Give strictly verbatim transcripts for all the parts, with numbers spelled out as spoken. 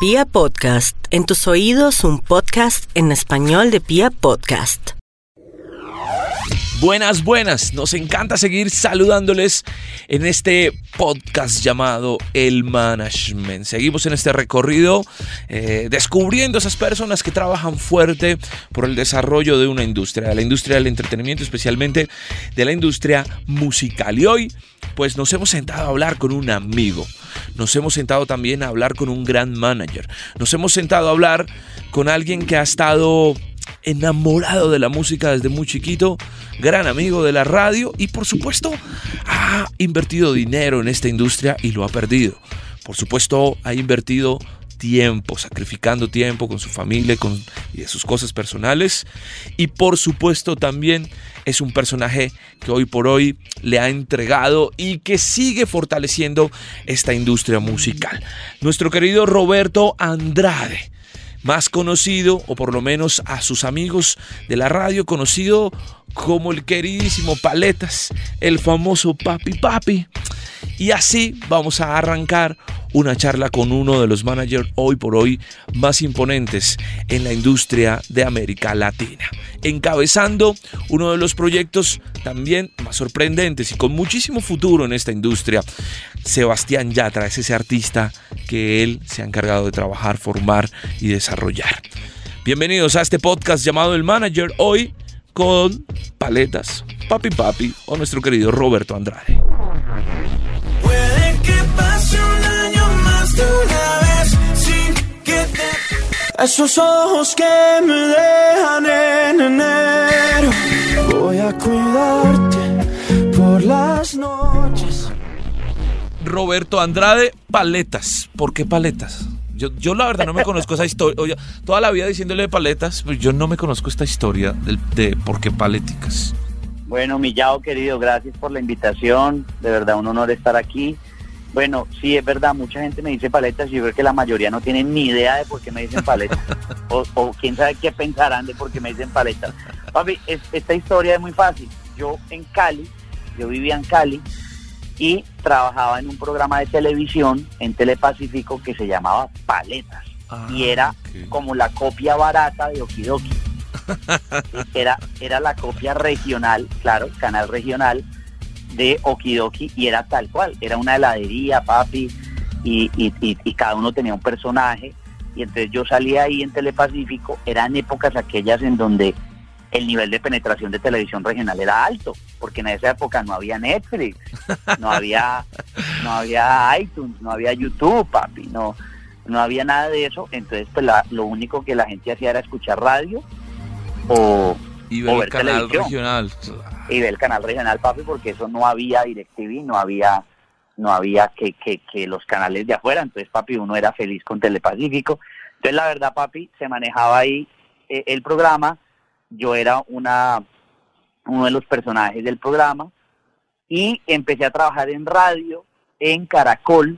Pia Podcast, en tus oídos un podcast en español de Pia Podcast. Buenas, buenas, nos encanta seguir saludándoles en este podcast llamado El Management. Seguimos en este recorrido eh, descubriendo esas personas que trabajan fuerte por el desarrollo de una industria, de la industria del entretenimiento, especialmente de la industria musical. Y hoy pues nos hemos sentado a hablar con un amigo, nos hemos sentado también a hablar con un gran manager, nos hemos sentado a hablar con alguien que ha estado enamorado de la música desde muy chiquito, gran amigo de la radio y por supuesto ha invertido dinero en esta industria y lo ha perdido. Por supuesto ha invertido tiempo, sacrificando tiempo con su familia con, y de sus cosas personales, y por supuesto también es un personaje que hoy por hoy le ha entregado y que sigue fortaleciendo esta industria musical. Nuestro querido Roberto Andrade, más conocido, o por lo menos a sus amigos de la radio, conocido como el queridísimo Paletas, el famoso Papi Papi. Y así vamos a arrancar una charla con uno de los managers hoy por hoy más imponentes en la industria de América Latina, encabezando uno de los proyectos también más sorprendentes y con muchísimo futuro en esta industria. Sebastián Yatra es ese artista que él se ha encargado de trabajar, formar y desarrollar. Bienvenidos a este podcast llamado El Manager, hoy con Paletas, Papi Papi o nuestro querido Roberto Andrade. Puede que pase un año más de una vez sin que te... Esos ojos que me dejan en enero. Voy a cuidarte por las noches. Roberto Andrade, Paletas. ¿Por qué Paletas? Yo, yo la verdad no me conozco esa historia. Oye, toda la vida diciéndole Paletas, pero yo no me conozco esta historia de, de por qué Paléticas. Bueno, Millao, querido, gracias por la invitación. De verdad, un honor estar aquí. Bueno, sí, es verdad, mucha gente me dice paletas y yo creo que la mayoría no tienen ni idea de por qué me dicen paletas. o, o quién sabe qué pensarán de por qué me dicen paletas. Papi, es, esta historia es muy fácil. Yo en Cali, yo vivía en Cali y trabajaba en un programa de televisión en Telepacífico que se llamaba Paletas. Ah, y era okay. Como la copia barata de Okidoki. Era, era la copia regional, claro, canal regional de Okidoki, y era tal cual, era una heladería, papi, y, y, y, y cada uno tenía un personaje, y entonces yo salía ahí en Telepacífico. Eran épocas aquellas en donde el nivel de penetración de televisión regional era alto, porque en esa época no había Netflix, no había, no había iTunes, no había YouTube, papi, no, no había nada de eso. Entonces pues la, lo único que la gente hacía era escuchar radio o, y ver, o ver el canal televisión regional y ver el canal regional, papi, porque eso no había DirecTV, no había no había que, que, que los canales de afuera. Entonces, papi, uno era feliz con Telepacífico. Entonces, la verdad, papi, se manejaba ahí eh, el programa. Yo era una uno de los personajes del programa y empecé a trabajar en radio en Caracol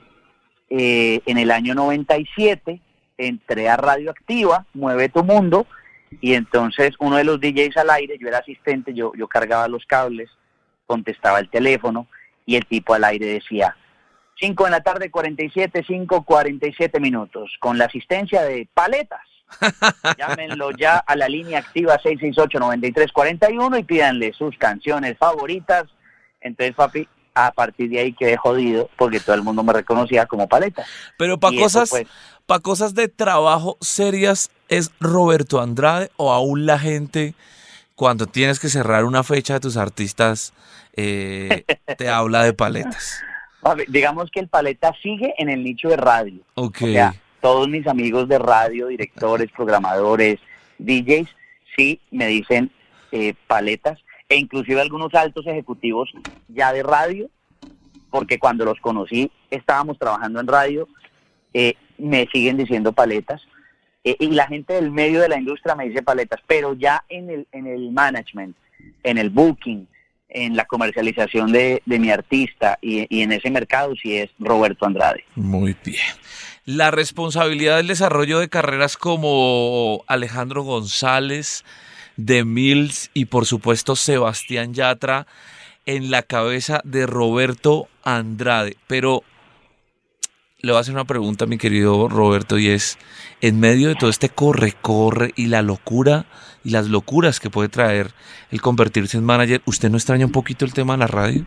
eh, en el año noventa y siete. Entré a Radioactiva, Mueve tu Mundo. Y entonces uno de los D Js al aire, yo era asistente, yo, yo cargaba los cables, contestaba el teléfono y el tipo al aire decía cinco de la tarde, cuarenta y siete, cinco, cuarenta y siete minutos, con la asistencia de Paletas. Llámenlo ya a la línea activa seis seis ocho, nueve tres cuatro uno y pídanle sus canciones favoritas. Entonces, papi, a partir de ahí quedé jodido porque todo el mundo me reconocía como Paletas. Pero para cosas, pues, para cosas de trabajo serias, ¿es Roberto Andrade o aún la gente, cuando tienes que cerrar una fecha de tus artistas, eh, te habla de Paletas? Digamos que el Paleta sigue en el nicho de radio. Okay. O sea, todos mis amigos de radio, directores, programadores, D Js, sí me dicen eh, Paletas, e inclusive algunos altos ejecutivos ya de radio, porque cuando los conocí estábamos trabajando en radio, eh, me siguen diciendo Paletas. Eh, y la gente del medio de la industria me dice Paletas, pero ya en el en el management, en el booking, en la comercialización de, de mi artista y, y en ese mercado sí es Roberto Andrade. Muy bien. La responsabilidad del desarrollo de carreras como Alejandro González, The Mills y por supuesto Sebastián Yatra en la cabeza de Roberto Andrade. Pero le voy a hacer una pregunta, mi querido Roberto, y es, en medio de todo este corre-corre y la locura y las locuras que puede traer el convertirse en manager, ¿usted no extraña un poquito el tema de la radio?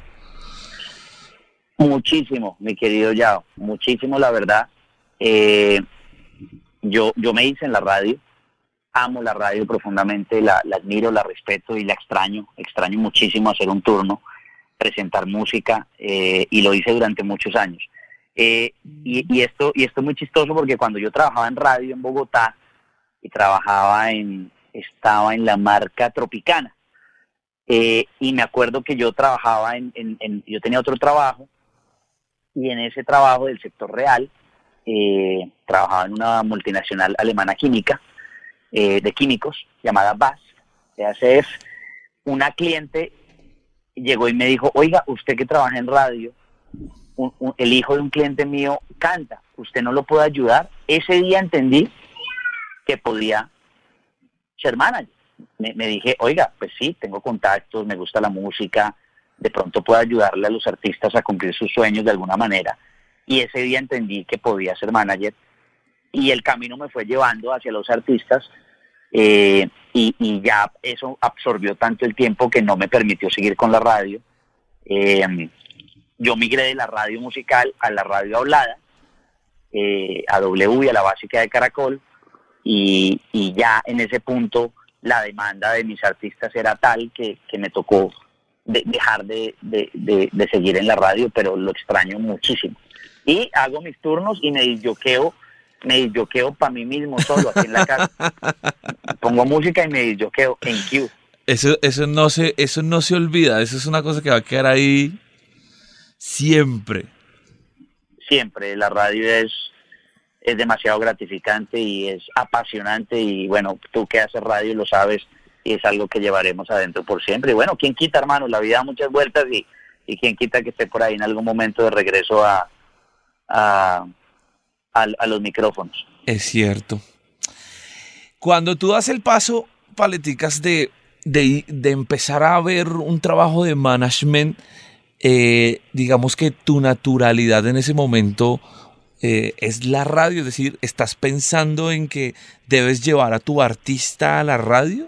Muchísimo, mi querido Yao, muchísimo, la verdad. Eh, yo, yo me hice en la radio, amo la radio profundamente, la, la admiro, la respeto y la extraño, extraño muchísimo hacer un turno, presentar música, eh, y lo hice durante muchos años. Eh, y, y esto y esto es muy chistoso porque cuando yo trabajaba en radio en Bogotá y trabajaba en estaba en la marca Tropicana, eh, y me acuerdo que yo trabajaba en, en, en yo tenía otro trabajo, y en ese trabajo del sector real eh, trabajaba en una multinacional alemana química, eh, de químicos, llamada B A S, B A S F. Una cliente llegó y me dijo: oiga, usted que trabaja en radio, Un, un, el hijo de un cliente mío canta, ¿usted no lo puede ayudar? Ese día entendí que podía ser manager. Me, me dije, oiga, pues sí, tengo contactos, me gusta la música, de pronto puedo ayudarle a los artistas a cumplir sus sueños de alguna manera. Y ese día entendí que podía ser manager, y el camino me fue llevando hacia los artistas, eh, y, y ya eso absorbió tanto el tiempo que no me permitió seguir con la radio. Eh, Yo migré de la radio musical a la radio hablada, eh, a W y a la básica de Caracol, y, y ya en ese punto la demanda de mis artistas era tal que, que me tocó de, dejar de, de, de, de seguir en la radio, pero lo extraño muchísimo. Y hago mis turnos y me disyoqueo, me disyoqueo para mí mismo solo aquí en la casa. Pongo música y me disyoqueo en Q. Eso, eso, no se, eso no se olvida, eso es una cosa que va a quedar ahí siempre. Siempre, la radio es, es demasiado gratificante y es apasionante, y bueno, tú que haces radio lo sabes, y es algo que llevaremos adentro por siempre. Y bueno, quién quita, hermano, la vida da muchas vueltas, y, y quién quita que esté por ahí en algún momento de regreso a, a, a, a los micrófonos. Es cierto. Cuando tú das el paso, Paleticas, de, de, de empezar a ver un trabajo de management, Eh, digamos que tu naturalidad en ese momento eh, es la radio, es decir, ¿estás pensando en que debes llevar a tu artista a la radio?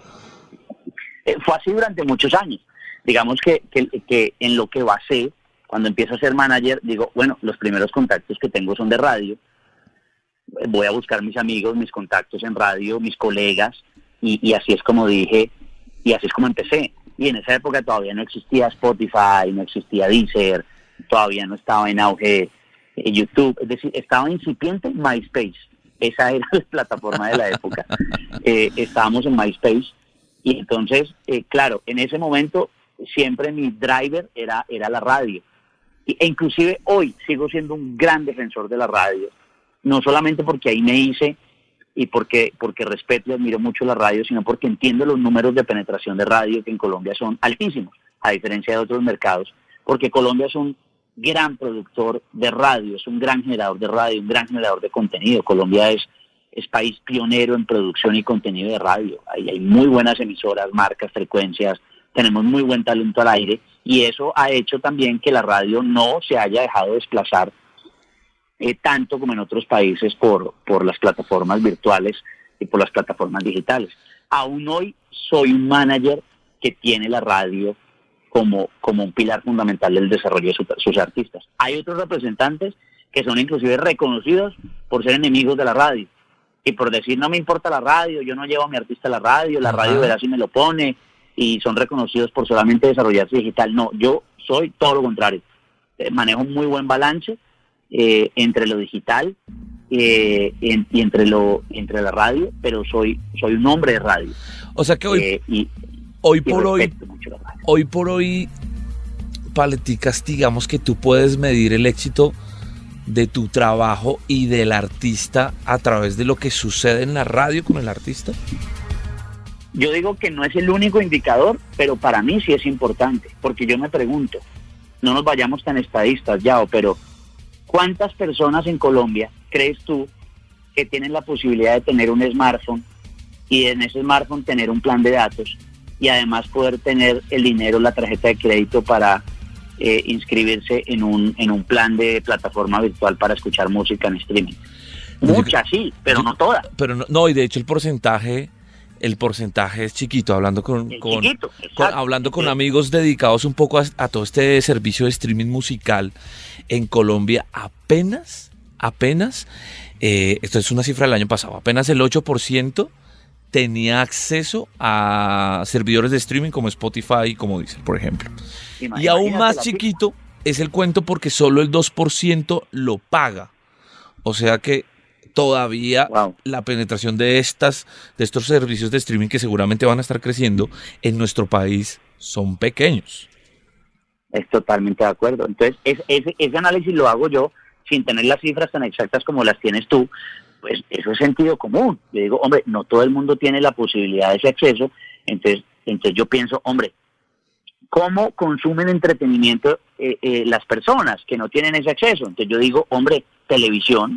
Eh, fue así durante muchos años. Digamos que, que, que en lo que basé, cuando empiezo a ser manager, digo, bueno, los primeros contactos que tengo son de radio, voy a buscar mis amigos, mis contactos en radio, mis colegas, y, y así es como dije, y así es como empecé. Y en esa época todavía no existía Spotify, no existía Deezer, todavía no estaba en auge eh, YouTube, es decir, estaba incipiente MySpace. Esa era la plataforma de la época. Eh, estábamos en MySpace, y entonces, eh, claro, en ese momento siempre mi driver era, era la radio. Y, e inclusive hoy sigo siendo un gran defensor de la radio, no solamente porque ahí me hice y porque, porque respeto y admiro mucho la radio, sino porque entiendo los números de penetración de radio que en Colombia son altísimos, a diferencia de otros mercados, porque Colombia es un gran productor de radio, es un gran generador de radio, un gran generador de contenido. Colombia es, es país pionero en producción y contenido de radio. Ahí hay muy buenas emisoras, marcas, frecuencias, tenemos muy buen talento al aire, y eso ha hecho también que la radio no se haya dejado desplazar Eh, tanto como en otros países por, por las plataformas virtuales y por las plataformas digitales. Aún hoy soy un manager que tiene la radio como, como un pilar fundamental del desarrollo de su, sus artistas. Hay otros representantes que son inclusive reconocidos por ser enemigos de la radio y por decir, no me importa la radio, yo no llevo a mi artista a la radio, la radio verá si me lo pone, y son reconocidos por solamente desarrollarse digital. No, yo soy todo lo contrario. Eh, manejo un muy buen balance Eh, entre lo digital eh, en, y entre lo entre la radio, pero soy soy un hombre de radio. O sea que hoy, eh, y, hoy y por hoy, hoy por hoy, Paleticas, digamos que tú puedes medir el éxito de tu trabajo y del artista a través de lo que sucede en la radio con el artista. Yo digo que no es el único indicador, pero para mí sí es importante, porque yo me pregunto, no nos vayamos tan estadistas, Yao, pero ¿cuántas personas en Colombia crees tú que tienen la posibilidad de tener un smartphone y en ese smartphone tener un plan de datos y además poder tener el dinero, la tarjeta de crédito para eh, inscribirse en un, en un plan de plataforma virtual para escuchar música en streaming. Muchas sí, pero no todas. Pero no, no, y de hecho el porcentaje, el porcentaje es chiquito, hablando con, con, chiquito, con hablando con amigos dedicados un poco a, a todo este servicio de streaming musical en Colombia, apenas, apenas, eh, esto es una cifra del año pasado, apenas el ocho por ciento tenía acceso a servidores de streaming como Spotify y como Deezer, por ejemplo. Imagínate, y aún más chiquito es el cuento porque solo el dos por ciento lo paga. O sea que todavía wow. la penetración de estas de estos servicios de streaming que seguramente van a estar creciendo en nuestro país son pequeños. Es totalmente de acuerdo. Entonces, es, ese, ese análisis lo hago yo sin tener las cifras tan exactas como las tienes tú. Pues eso es sentido común. Yo digo, hombre, no todo el mundo tiene la posibilidad de ese acceso. Entonces, entonces yo pienso, hombre, ¿cómo consumen entretenimiento eh, eh, las personas que no tienen ese acceso? Entonces yo digo, hombre, televisión,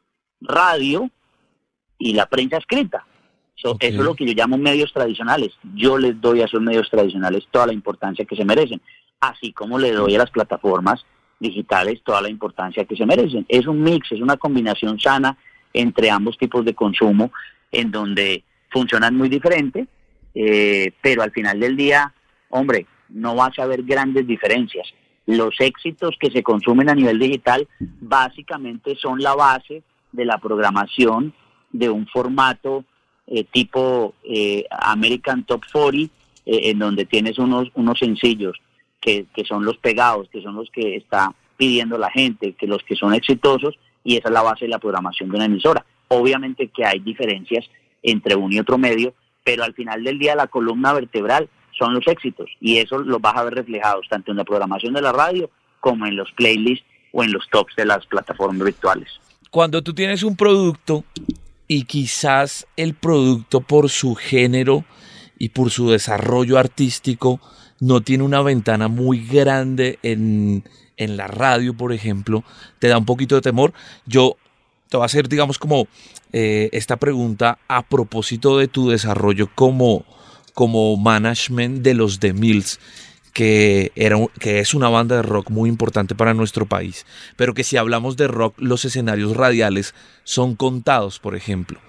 radio y la prensa escrita. So, okay. Eso es lo que yo llamo medios tradicionales. Yo les doy a esos medios tradicionales toda la importancia que se merecen, así como le doy a las plataformas digitales toda la importancia que se merecen. Es un mix, es una combinación sana entre ambos tipos de consumo, en donde funcionan muy diferente, eh, pero al final del día, hombre, no vas a ver grandes diferencias. Los éxitos que se consumen a nivel digital básicamente son la base de la programación de un formato eh, tipo eh, American Top cuarenta, eh, en donde tienes unos, unos sencillos que, que son los pegados, que son los que está pidiendo la gente, que los que son exitosos, y esa es la base de la programación de una emisora. Obviamente que hay diferencias entre uno y otro medio, pero al final del día la columna vertebral son los éxitos, y eso los vas a ver reflejados tanto en la programación de la radio como en los playlists o en los tops de las plataformas virtuales. Cuando tú tienes un producto y quizás el producto por su género y por su desarrollo artístico no tiene una ventana muy grande en, en la radio, por ejemplo, te da un poquito de temor. Yo te voy a hacer, digamos, como eh, esta pregunta a propósito de tu desarrollo como, como management de los The Mills, que, era, que es una banda de rock muy importante para nuestro país, pero que si hablamos de rock, los escenarios radiales son contados, por ejemplo.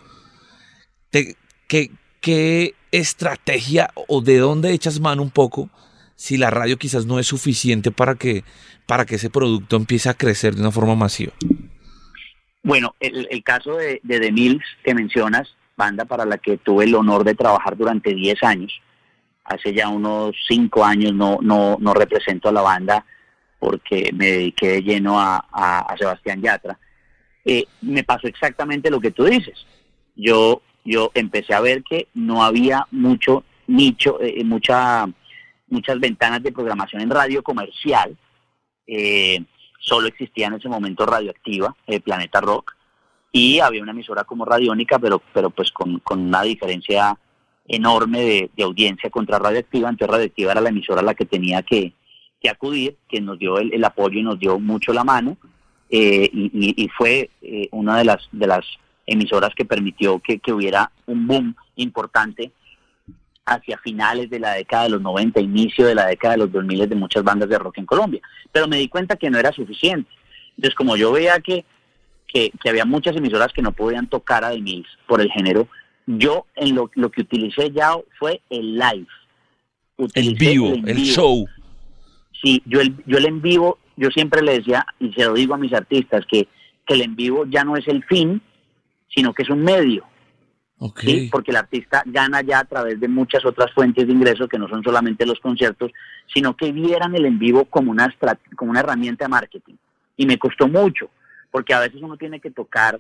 Te, ¿qué, ¿Qué estrategia o de dónde echas mano un poco si la radio quizás no es suficiente para que, para que ese producto empiece a crecer de una forma masiva? Bueno, el, el caso de, de The Mills que mencionas, banda para la que tuve el honor de trabajar durante diez años, hace ya unos cinco años no, no, no represento a la banda porque me dediqué de lleno a, a, a Sebastián Yatra. Eh, me pasó exactamente lo que tú dices. Yo, yo empecé a ver que no había mucho nicho, eh, mucha, muchas ventanas de programación en radio comercial. Eh, solo existía en ese momento Radioactiva, eh, Planeta Rock, y había una emisora como Radiónica, pero, pero pues con, con una diferencia enorme de, de audiencia contra Radioactiva. Entonces Radioactiva era la emisora a la que tenía que, que acudir, que nos dio el, el apoyo y nos dio mucho la mano, eh, y, y, y fue eh, una de las, de las emisoras que permitió que, que hubiera un boom importante hacia finales de la década de los noventa, inicio de la década de los dos mil de muchas bandas de rock en Colombia. Pero me di cuenta que no era suficiente. Entonces, como yo veía que, que, que había muchas emisoras que no podían tocar a The Mills por el género, yo en lo, lo que utilicé ya fue el live. El vivo, el, el show. Sí, yo el, yo el en vivo, yo siempre le decía, y se lo digo a mis artistas, que, que el en vivo ya no es el fin, sino que es un medio. Okay. ¿Sí? Porque el artista gana ya a través de muchas otras fuentes de ingresos que no son solamente los conciertos, sino que vieran el en vivo como una, como una herramienta de marketing. Y me costó mucho, porque a veces uno tiene que tocar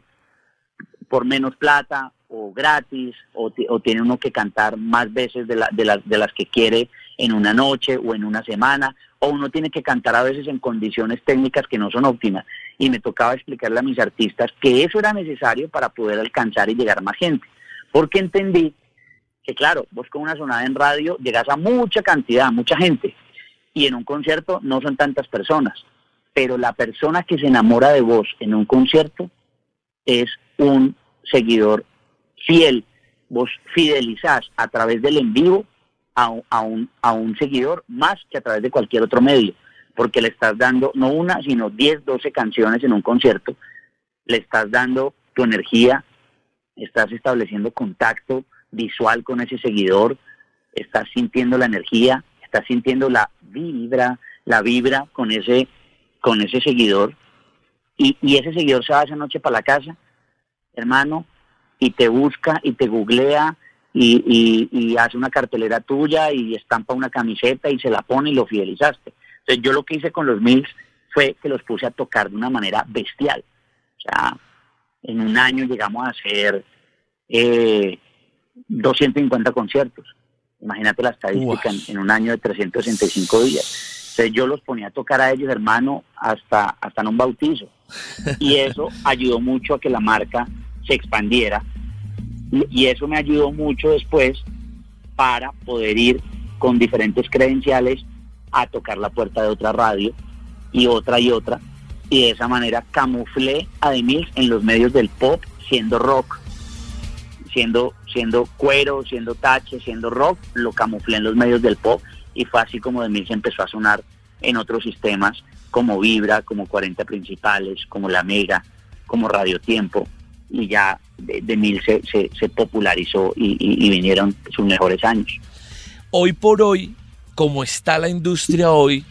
por menos plata o gratis, o, o tiene uno que cantar más veces de, la, de, la, de las que quiere en una noche o en una semana, o uno tiene que cantar a veces en condiciones técnicas que no son óptimas. Y me tocaba explicarle a mis artistas que eso era necesario para poder alcanzar y llegar a más gente. Porque entendí que, claro, vos con una sonada en radio llegas a mucha cantidad, mucha gente, y en un concierto no son tantas personas, pero la persona que se enamora de vos en un concierto es un seguidor fiel. Vos fidelizás a través del en vivo a, a, un, a un seguidor más que a través de cualquier otro medio, porque le estás dando no una, sino diez, doce canciones en un concierto, le estás dando tu energía, estás estableciendo contacto visual con ese seguidor, estás sintiendo la energía, estás sintiendo la vibra, la vibra con ese, con ese seguidor, y, y ese seguidor se va esa noche para la casa, hermano, y te busca y te googlea y, y, y hace una cartelera tuya y estampa una camiseta y se la pone y lo fidelizaste. Entonces yo lo que hice con los Mills fue que los puse a tocar de una manera bestial. O sea, en un año llegamos a hacer eh, doscientos cincuenta conciertos. Imagínate la estadística en, en un año de trescientos sesenta y cinco días. Entonces yo los ponía a tocar a ellos, hermano, hasta, hasta en un bautizo. Y eso ayudó mucho a que la marca se expandiera. Y, y eso me ayudó mucho después para poder ir con diferentes credenciales a tocar la puerta de otra radio y otra y otra. Y de esa manera camuflé a The Mills en los medios del pop, siendo rock, siendo siendo cuero, siendo tache, siendo rock, lo camuflé en los medios del pop, y fue así como The Mills empezó a sonar en otros sistemas como Vibra, como cuarenta Principales, como La Mega, como Radio Tiempo, y ya The Mills se, se, se popularizó y, y, y vinieron sus mejores años. Hoy por hoy, como está la industria hoy,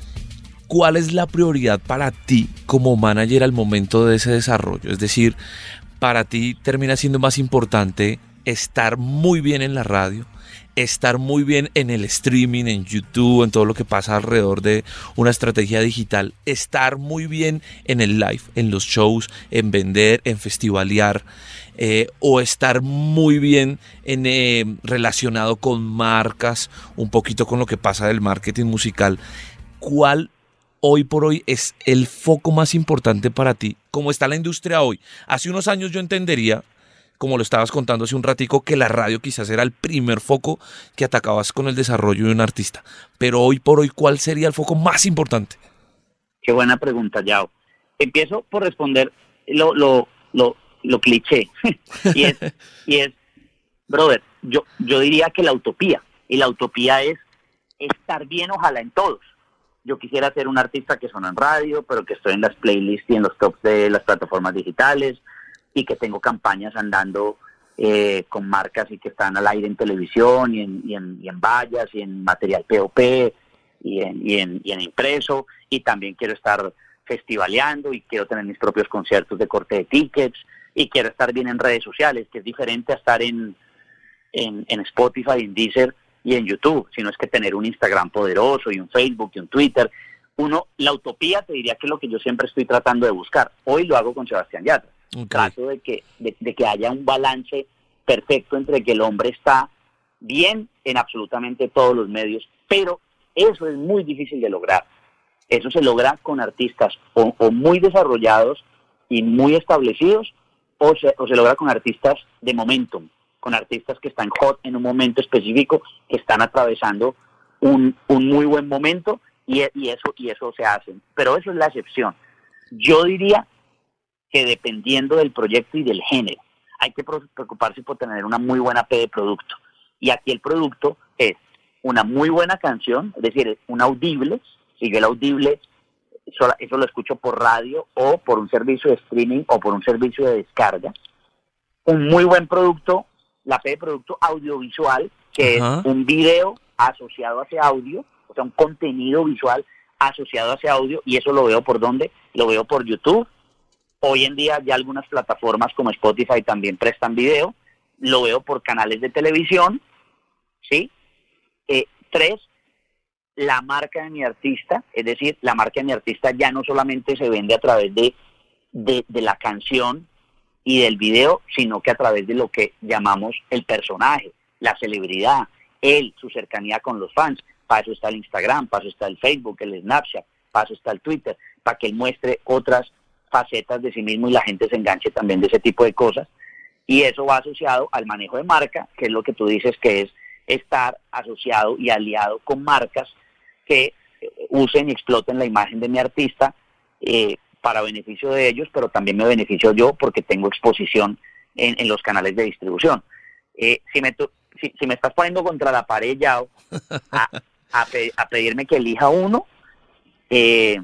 ¿cuál es la prioridad para ti como manager al momento de ese desarrollo? Es decir, para ti termina siendo más importante estar muy bien en la radio, estar muy bien en el streaming, en YouTube, en todo lo que pasa alrededor de una estrategia digital, estar muy bien en el live, en los shows, en vender, en festivalear, eh, o estar muy bien en, eh, relacionado con marcas, un poquito con lo que pasa del marketing musical. ¿Cuál hoy por hoy es el foco más importante para ti? ¿Cómo está la industria hoy? Hace unos años yo entendería, como lo estabas contando hace un ratico, que la radio quizás era el primer foco que atacabas con el desarrollo de un artista. Pero hoy por hoy, ¿cuál sería el foco más importante? Qué buena pregunta, Yao. Empiezo por responder lo, lo, lo, lo cliché. y, es, y es, brother, yo, yo diría que la utopía. Y la utopía es estar bien, ojalá, en todos. Yo quisiera ser un artista que suena en radio, pero que estoy en las playlists y en los tops de las plataformas digitales, y que tengo campañas andando eh, con marcas y que están al aire en televisión y en, y en, y en vallas y en material P O P y en, y, en, y en impreso, y también quiero estar festivaleando y quiero tener mis propios conciertos de corte de tickets, y quiero estar bien en redes sociales, que es diferente a estar en, en, en Spotify, en Deezer y en YouTube, sino es que tener un Instagram poderoso y un Facebook y un Twitter. Uno, la utopía te diría que es lo que yo siempre estoy tratando de buscar. Hoy lo hago con Sebastián Yatra. Okay. Trato de que, de, de que haya un balance perfecto entre que el hombre está bien en absolutamente todos los medios, pero eso es muy difícil de lograr. Eso se logra con artistas o, o muy desarrollados y muy establecidos, o se, o se logra con artistas de momentum, con artistas que están hot en un momento específico, que están atravesando un, un muy buen momento, y, y, eso, y eso se hace. Pero eso es la excepción. Yo diría que dependiendo del proyecto y del género, hay que preocuparse por tener una muy buena P de producto. Y aquí el producto es una muy buena canción, es decir, un audible. Si yo el audible, eso, eso lo escucho por radio o por un servicio de streaming o por un servicio de descarga. Un muy buen producto, la P de producto audiovisual, que uh-huh. es un video asociado a ese audio, o sea, un contenido visual asociado a ese audio, y eso lo veo por ¿dónde? Lo veo por YouTube. Hoy en día ya algunas plataformas como Spotify también prestan video, lo veo por canales de televisión, ¿sí? Eh, tres, la marca de mi artista, es decir, la marca de mi artista ya no solamente se vende a través de, de, de la canción y del video, sino que a través de lo que llamamos el personaje, la celebridad, él, su cercanía con los fans. Para eso está el Instagram, para eso está el Facebook, el Snapchat, para eso está el Twitter, para que él muestre otras facetas de sí mismo y la gente se enganche también de ese tipo de cosas. Y eso va asociado al manejo de marca, que es lo que tú dices, que es estar asociado y aliado con marcas que usen y exploten la imagen de mi artista eh, para beneficio de ellos, pero también me beneficio yo porque tengo exposición en, en los canales de distribución. Eh, si, me si, si me estás poniendo contra la pared, Yao, a, a, pe a pedirme que elija uno, Eh,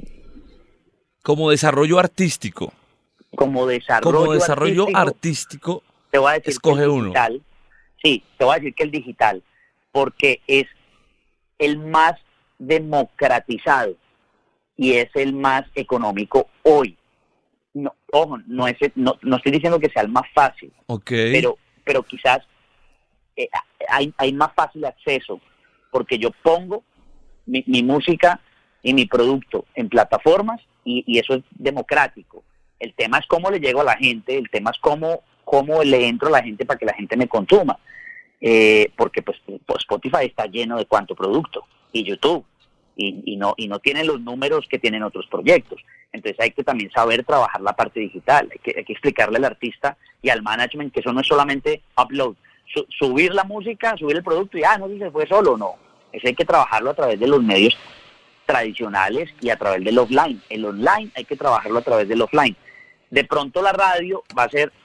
Como desarrollo artístico. como desarrollo, Como desarrollo artístico, artístico, te voy a decir escoge que el uno. digital, sí, te voy a decir que el digital, porque es el más democratizado y es el más económico hoy. No, ojo, no, es, no, no estoy diciendo que sea el más fácil, Ok. pero, pero quizás eh, hay, hay más fácil acceso, porque yo pongo mi, mi música y mi producto en plataformas y, y eso es democrático. El tema es cómo le llego a la gente, el tema es cómo, cómo le entro a la gente para que la gente me consuma. Eh, porque pues, pues Spotify está lleno de cuánto producto, y YouTube, y, y, no, y no tiene los números que tienen otros proyectos. Entonces hay que también saber trabajar la parte digital, hay que, hay que explicarle al artista y al management que eso no es solamente upload, su, subir la música, subir el producto y ah, no, si se fue solo, no. Eso hay que trabajarlo a través de los medios tradicionales y a través del offline. El online hay que trabajarlo a través del offline. De pronto la radio va a ser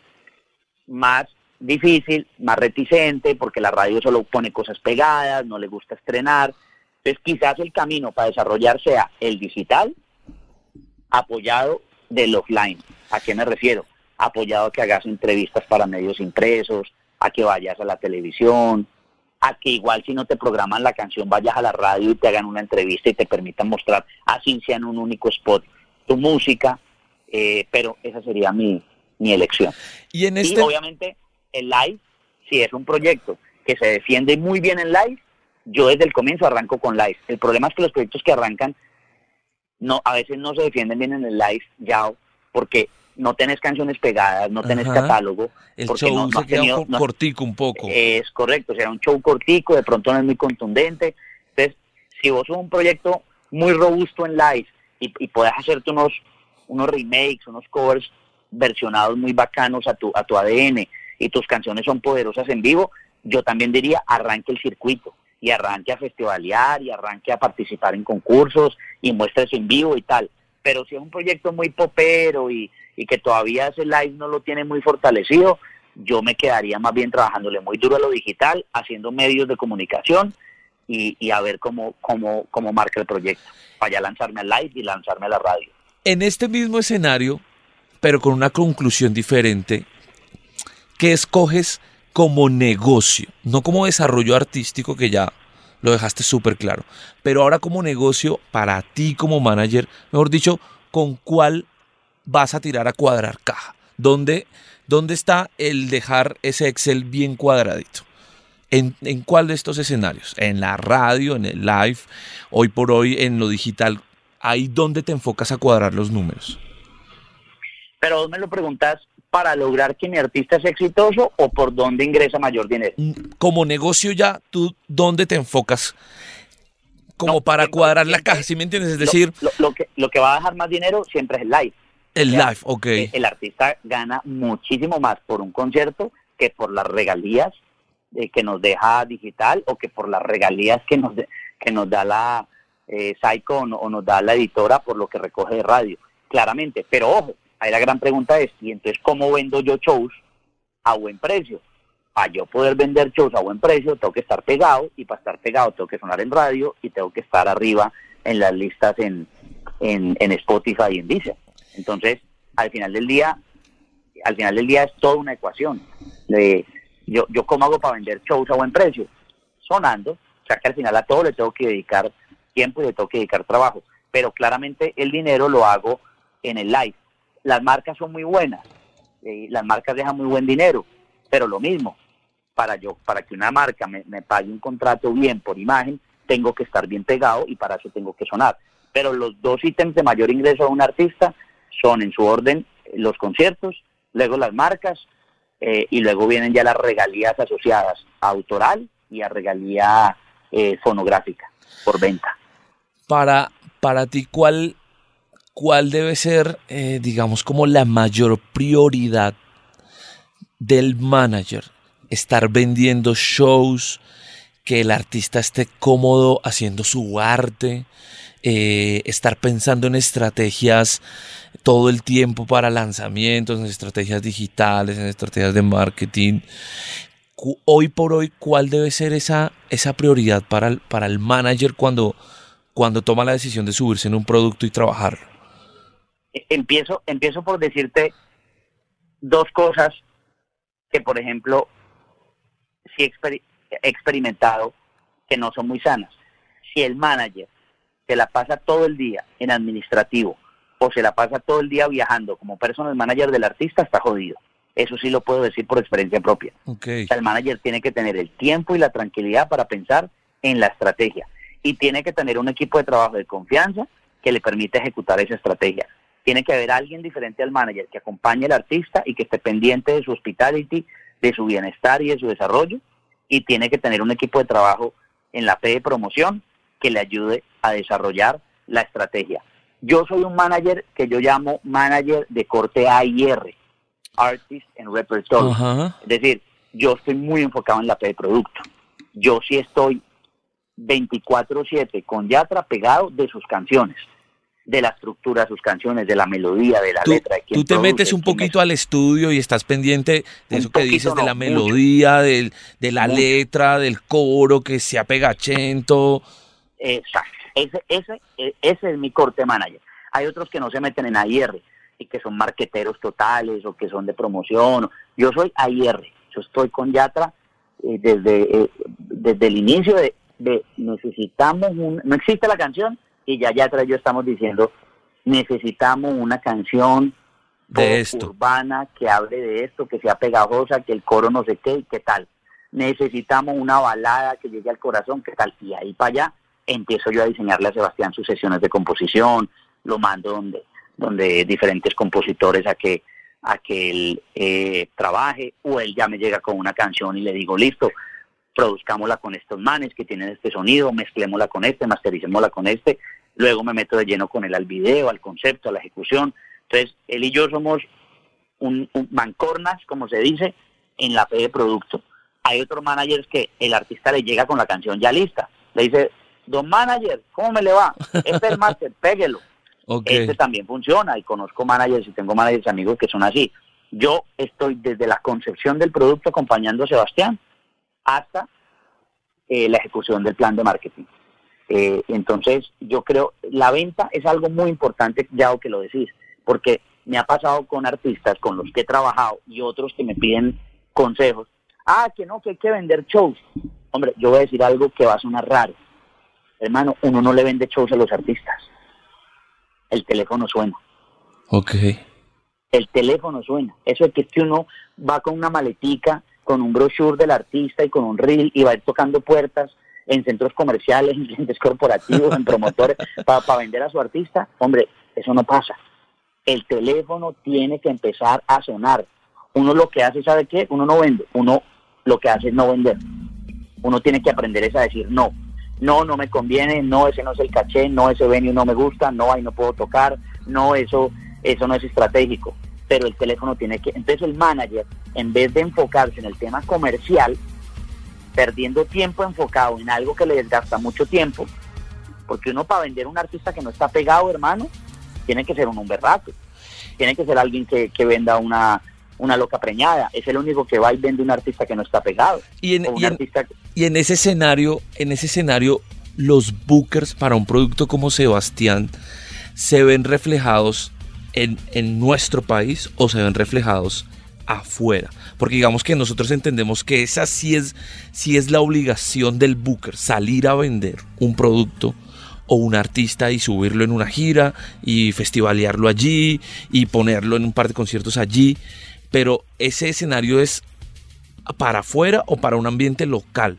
más difícil, más reticente, porque la radio solo pone cosas pegadas, no le gusta estrenar. Entonces quizás el camino para desarrollar sea el digital apoyado del offline. ¿A qué me refiero? Apoyado a que hagas entrevistas para medios impresos, a que vayas a la televisión, a que igual si no te programan la canción vayas a la radio y te hagan una entrevista y te permitan mostrar, así sea en un único spot, tu música, eh, pero esa sería mi, mi elección. Y en este... Y obviamente el live, si es un proyecto que se defiende muy bien en live, yo desde el comienzo arranco con live. El problema es que los proyectos que arrancan no, a veces no se defienden bien en el live, ya, porque no tenés canciones pegadas, no tenés Ajá. catálogo. El porque show no, no se has queda tenido- co- no has- cortico un poco. Es correcto, o sea, un show cortico, de pronto no es muy contundente. Entonces, si vos sos un proyecto muy robusto en live y, y podés hacerte unos, unos remakes, unos covers versionados muy bacanos a tu, a tu A D N y tus canciones son poderosas en vivo, yo también diría arranque el circuito y arranque a festivalear y arranque a participar en concursos y muestres en vivo y tal. Pero si es un proyecto muy popero y, y que todavía ese live no lo tiene muy fortalecido, yo me quedaría más bien trabajándole muy duro a lo digital, haciendo medios de comunicación y, y a ver cómo, cómo, cómo marca el proyecto, para ya lanzarme al live y lanzarme a la radio. En este mismo escenario, pero con una conclusión diferente, ¿qué escoges como negocio? No como desarrollo artístico, que ya lo dejaste súper claro, pero ahora como negocio, para ti como manager, mejor dicho, ¿con cuál vas a tirar a cuadrar caja? ¿Dónde, dónde está el dejar ese Excel bien cuadradito? ¿En, ¿En cuál de estos escenarios? ¿En la radio, en el live, hoy por hoy en lo digital? ¿Ahí dónde te enfocas a cuadrar los números? Pero vos me lo preguntas para lograr que mi artista sea exitoso o por dónde ingresa mayor dinero. Como negocio ya, ¿tú dónde te enfocas? Como No, para siempre- cuadrar la siempre- caja, ¿sí me entiendes? Es Lo- decir, lo, lo que, lo que va a dejar más dinero siempre es el live. el o sea, live, ok. Eh, El artista gana muchísimo más por un concierto que por las regalías eh, que nos deja digital o que por las regalías que nos de- que nos da la eh, Psycho o, no- o nos da la editora por lo que recoge de radio, claramente. Pero ojo, ahí la gran pregunta es, ¿y entonces cómo vendo yo shows a buen precio? Para yo poder vender shows a buen precio tengo que estar pegado, y para estar pegado tengo que sonar en radio y tengo que estar arriba en las listas en, en, en Spotify y en Deezer. Entonces, al final del día, al final del día es toda una ecuación. Le- yo, yo cómo hago para vender shows a buen precio, sonando, o sea que al final a todo le tengo que dedicar tiempo y le tengo que dedicar trabajo, pero claramente el dinero lo hago en el live. Las marcas son muy buenas, eh, las marcas dejan muy buen dinero, pero lo mismo, para yo, para que una marca me, me pague un contrato bien por imagen, tengo que estar bien pegado y para eso tengo que sonar. Pero los dos ítems de mayor ingreso a un artista son en su orden los conciertos, luego las marcas eh, y luego vienen ya las regalías asociadas a autoral y a regalía eh, fonográfica por venta. Para, para ti, ¿cuál, cuál debe ser, eh, digamos, como la mayor prioridad del manager? Estar vendiendo shows, que el artista esté cómodo haciendo su arte, eh, estar pensando en estrategias todo el tiempo para lanzamientos, en estrategias digitales, en estrategias de marketing. Hoy por hoy, ¿cuál debe ser esa, esa prioridad para el, para el manager cuando, cuando toma la decisión de subirse en un producto y trabajar? Empiezo, empiezo por decirte dos cosas que, por ejemplo, sí he exper- experimentado que no son muy sanas. Si el manager se la pasa todo el día en administrativo o se la pasa todo el día viajando como personal manager del artista, está jodido. Eso sí lo puedo decir por experiencia propia. Okay. O sea, el manager tiene que tener el tiempo y la tranquilidad para pensar en la estrategia. Y tiene que tener un equipo de trabajo de confianza que le permita ejecutar esa estrategia. Tiene que haber alguien diferente al manager que acompañe al artista y que esté pendiente de su hospitality, de su bienestar y de su desarrollo. Y tiene que tener un equipo de trabajo en la P de promoción que le ayude a desarrollar la estrategia. Yo soy un manager que yo llamo manager de corte A y R, Artist and Repertory. Ajá. Es decir, yo estoy muy enfocado en la P de producto. Yo sí estoy veinticuatro siete con Yatra pegado de sus canciones, de la estructura de sus canciones, de la melodía, de la Tú, letra. De quién tú te produce, metes un quién poquito es. al estudio y estás pendiente de Un eso que poquito dices, de no, la mucho. melodía, del, de la Mucho. letra, del coro, que sea pegachento. Exacto. Ese, ese, ese es mi corte manager. Hay otros que no se meten en A I R y que son marqueteros totales o que son de promoción. Yo soy A I R. Yo estoy con Yatra eh, desde, eh, desde el inicio de, de necesitamos un... No existe la canción y ya Yatra y yo estamos diciendo necesitamos una canción De esto. urbana que hable de esto, que sea pegajosa, que el coro no sé qué y qué tal. Necesitamos una balada que llegue al corazón, qué tal. Y ahí para allá empiezo yo a diseñarle a Sebastián sus sesiones de composición, lo mando donde, donde diferentes compositores a que, a que él eh, trabaje, o él ya me llega con una canción y le digo, listo, produzcámosla con estos manes que tienen este sonido, mezclémosla con este, mastericémosla con este, luego me meto de lleno con él al video, al concepto, a la ejecución. Entonces, él y yo somos un, un mancornas, como se dice, en la P de producto. Hay otros managers que el artista le llega con la canción ya lista, le dice, don manager, ¿cómo me le va? Este es el máster, péguelo. Okay. Este también funciona y conozco managers y tengo managers amigos que son así. Yo estoy desde la concepción del producto acompañando a Sebastián hasta eh, la ejecución del plan de marketing. Eh, entonces, yo creo, la venta es algo muy importante, ya que lo decís, porque me ha pasado con artistas con los que he trabajado y otros que me piden consejos. Ah, que no, que hay que vender shows. Hombre, yo voy a decir algo que va a sonar raro. Hermano, uno no le vende shows a los artistas. El teléfono suena. Ok. El teléfono suena. Eso es que, es que uno va con una maletica, con un brochure del artista y con un reel y va a ir tocando puertas en centros comerciales, en clientes corporativos, en promotores, para pa vender a su artista. Hombre, eso no pasa. El teléfono tiene que empezar a sonar. Uno lo que hace, ¿sabe qué? Uno no vende. Uno lo que hace es no vender. Uno tiene que aprender es a decir no. No, no me conviene, no, ese no es el caché, no, ese venue no me gusta, no, ahí no puedo tocar, no, eso, eso no es estratégico. Pero el teléfono tiene que... Entonces el manager, en vez de enfocarse en el tema comercial, perdiendo tiempo enfocado en algo que le desgasta mucho tiempo, porque uno para vender a un artista que no está pegado, hermano, tiene que ser un humberraco, tiene que ser alguien que, que venda una... una loca preñada, es el único que va y vende un artista que no está pegado. Y en, o un y en, artista... y en ese escenario, en ese escenario, los bookers para un producto como Sebastián se ven reflejados en, en nuestro país o se ven reflejados afuera, porque digamos que nosotros entendemos que esa sí es, sí es la obligación del booker, salir a vender un producto o un artista y subirlo en una gira y festivalearlo allí y ponerlo en un par de conciertos allí. Pero ese escenario es para afuera o para un ambiente local.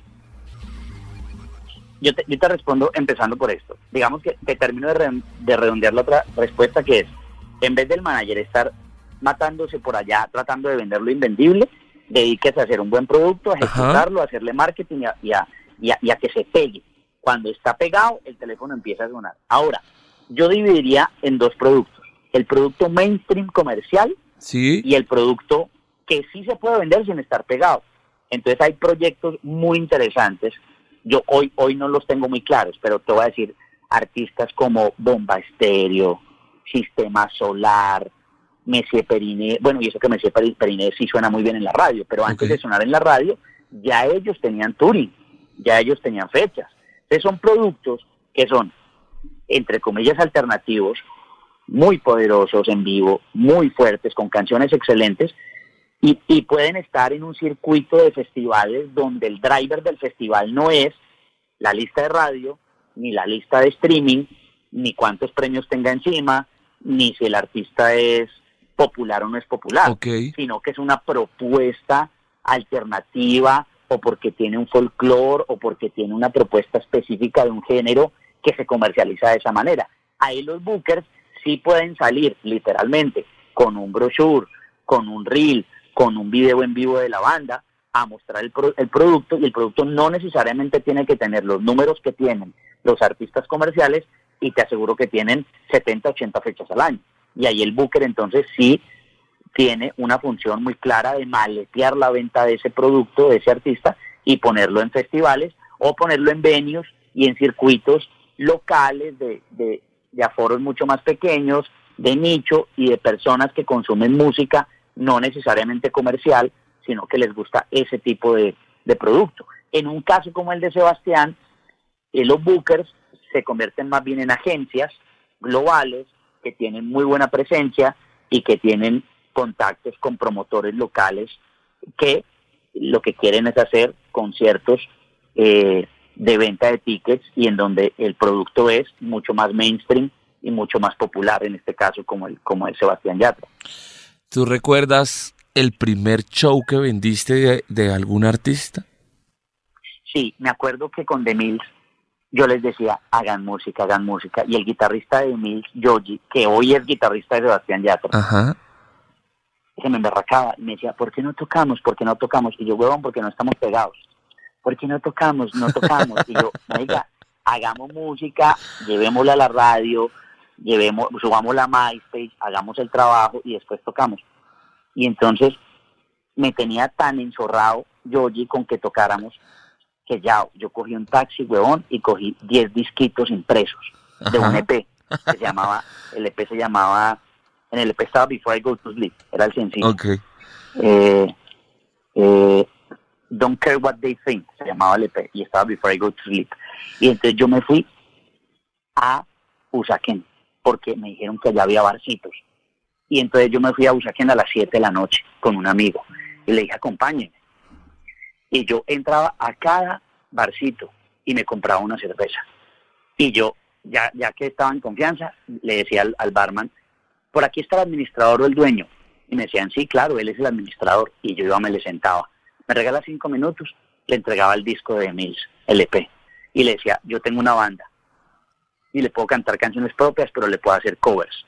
Yo te, yo te respondo empezando por esto. Digamos que te termino de, re, de redondear la otra respuesta, que es, en vez del manager estar matándose por allá tratando de vender lo invendible, dedíquese a hacer un buen producto, a ejecutarlo, a hacerle marketing y a, y, a, y, a, y a que se pegue. Cuando está pegado, el teléfono empieza a sonar. Ahora, yo dividiría en dos productos. El producto mainstream comercial, sí, y el producto que sí se puede vender sin estar pegado. Entonces hay proyectos muy interesantes. Yo hoy hoy no los tengo muy claros, pero te voy a decir, artistas como Bomba Estéreo, Sistema Solar, Messier Periné, bueno, y eso que Messier Periné sí suena muy bien en la radio, pero antes okay. de sonar en la radio, ya ellos tenían touring, ya ellos tenían fechas. Entonces son productos que son entre comillas, alternativos, muy poderosos en vivo, muy fuertes, con canciones excelentes, y, y pueden estar en un circuito de festivales donde el driver del festival no es la lista de radio, ni la lista de streaming, ni cuántos premios tenga encima, ni si el artista es popular o no es popular, Okay. sino que es una propuesta alternativa, o porque tiene un folclore, o porque tiene una propuesta específica de un género que se comercializa de esa manera. Ahí los bookers sí pueden salir literalmente con un brochure, con un reel, con un video en vivo de la banda, a mostrar el, pro- el producto, y el producto no necesariamente tiene que tener los números que tienen los artistas comerciales, y te aseguro que tienen setenta, ochenta fechas al año. Y ahí el booker entonces sí tiene una función muy clara de maletear la venta de ese producto, de ese artista, y ponerlo en festivales, o ponerlo en venues y en circuitos locales de, de, de aforos mucho más pequeños, de nicho, y de personas que consumen música no necesariamente comercial, sino que les gusta ese tipo de, de producto. En un caso como el de Sebastián, eh, los bookers se convierten más bien en agencias globales que tienen muy buena presencia y que tienen contactos con promotores locales que lo que quieren es hacer conciertos eh, de venta de tickets, y en donde el producto es mucho más mainstream y mucho más popular, en este caso como el, como el Sebastián Yatra. ¿Tú recuerdas el primer show que vendiste de, de algún artista? Sí, me acuerdo que con The Mills yo les decía, hagan música, hagan música, y el guitarrista de The Mills, Yogi, que hoy es guitarrista de Sebastián Yatra, Ajá. se me emberracaba y me decía, ¿por qué no tocamos? ¿Por qué no tocamos? Y yo, huevón, porque no estamos pegados. ¿Por qué no tocamos? No tocamos. Y yo, oiga, hagamos música, llevémosla a la radio, llevemos, subámosla a MySpace, hagamos el trabajo y después tocamos. Y entonces me tenía tan enzorrado Yogi con que tocáramos, que ya yo cogí un taxi, huevón, y cogí diez disquitos impresos de Ajá. un E P que se llamaba, el E P se llamaba, en el E P estaba Before I Go to Sleep, era el sencillo. Ok. Eh, eh, Don't Care What They Think, se llamaba el E P, y estaba Before I Go to Sleep. Y entonces yo me fui a Usaquén, porque me dijeron que allá había barcitos. Y entonces yo me fui a Usaquén a las siete de la noche con un amigo, y le dije, acompáñenme. Y yo entraba a cada barcito y me compraba una cerveza. Y yo, ya, ya que estaba en confianza, le decía al, al barman, por aquí está el administrador o el dueño. Y me decían, sí, claro, él es el administrador. Y yo iba, me le sentaba. Me regala cinco minutos, le entregaba el disco de Mills, el E P. Y le decía, yo tengo una banda. Y le puedo cantar canciones propias, pero le puedo hacer covers.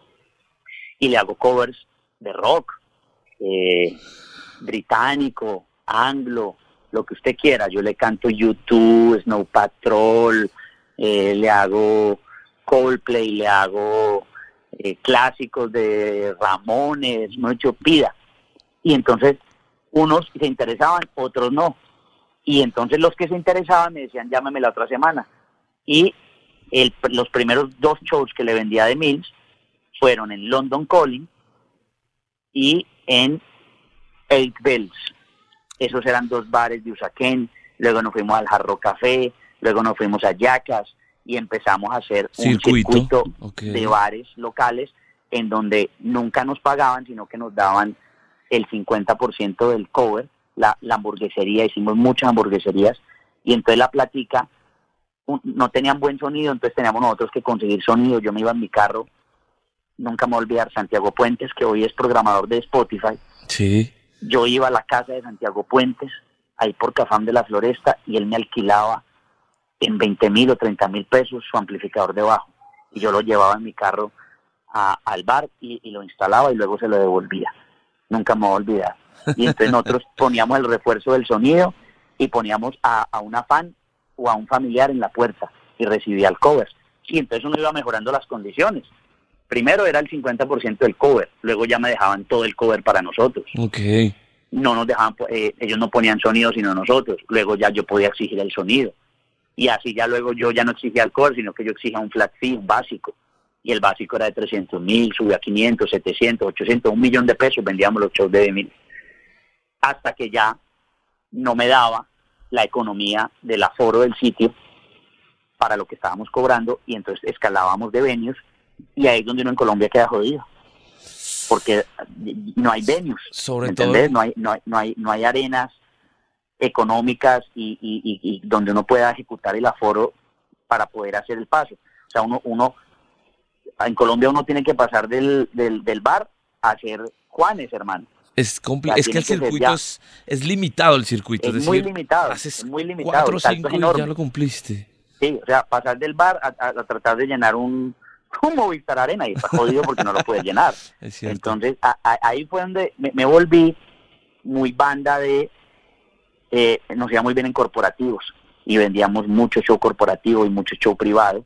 Y le hago covers de rock, eh, británico, anglo, lo que usted quiera. Yo le canto U dos, Snow Patrol, eh, le hago Coldplay, le hago eh, clásicos de Ramones, mucho pida. Y entonces unos se interesaban, otros no. Y entonces los que se interesaban me decían, llámame la otra semana. Y el, los primeros dos shows que le vendía de Mills fueron en London Calling y en Eight Bells. Esos eran dos bares de Usaquén. Luego nos fuimos al Hard Rock Café, luego nos fuimos a Jackass y empezamos a hacer Circuito. un circuito Okay. de bares locales en donde nunca nos pagaban, sino que nos daban el cincuenta por ciento del cover, la, la hamburguesería. Hicimos muchas hamburgueserías, y entonces la platica, un, no tenían buen sonido, entonces teníamos nosotros que conseguir sonido. Yo me iba en mi carro, nunca me voy a olvidar, Santiago Puentes, que hoy es programador de Spotify. Sí. Yo iba a la casa de Santiago Puentes, ahí por Cafam de la Floresta, y él me alquilaba en veinte mil o treinta mil pesos su amplificador de bajo. Y yo lo llevaba en mi carro a, al bar y, y lo instalaba, y luego se lo devolvía. Nunca me voy a olvidar. Y entonces nosotros poníamos el refuerzo del sonido y poníamos a, a una fan o a un familiar en la puerta y recibía el cover. Y entonces uno iba mejorando las condiciones. Primero era el cincuenta por ciento del cover, luego ya me dejaban todo el cover para nosotros. Ok. No nos dejaban, eh, ellos no ponían sonido sino nosotros, luego ya yo podía exigir el sonido. Y así ya luego yo ya no exigía el cover, sino que yo exigía un flat fee, un básico. Y el básico era de trescientos mil, subía a quinientos, setecientos, ochocientos, un millón de pesos, vendíamos los shows de mil. Hasta que ya no me daba la economía del aforo del sitio para lo que estábamos cobrando, y entonces escalábamos de venues, y ahí es donde uno en Colombia queda jodido, porque no hay venues, Sobre ¿entendés? todo, No hay, no hay, no hay, no hay arenas económicas y, y, y, y donde uno pueda ejecutar el aforo para poder hacer el paso. O sea, uno, uno en Colombia uno tiene que pasar del, del, del bar a hacer Juanes, hermano. es, compli- O sea, es que el tiene que ser circuito ya. es, es limitado, el circuito. Es Es muy decir, limitado, haces es muy limitado. cuatro o el salto cinco es y enorme. ya lo cumpliste. Sí, o sea, pasar del bar a, a- a tratar de llenar un, un Movistar Arena, y está jodido porque no lo puedes llenar. Es cierto. Entonces, a- a- ahí fue donde me, me volví muy banda de, eh, nos iba muy bien en corporativos, y vendíamos mucho show corporativo y mucho show privado,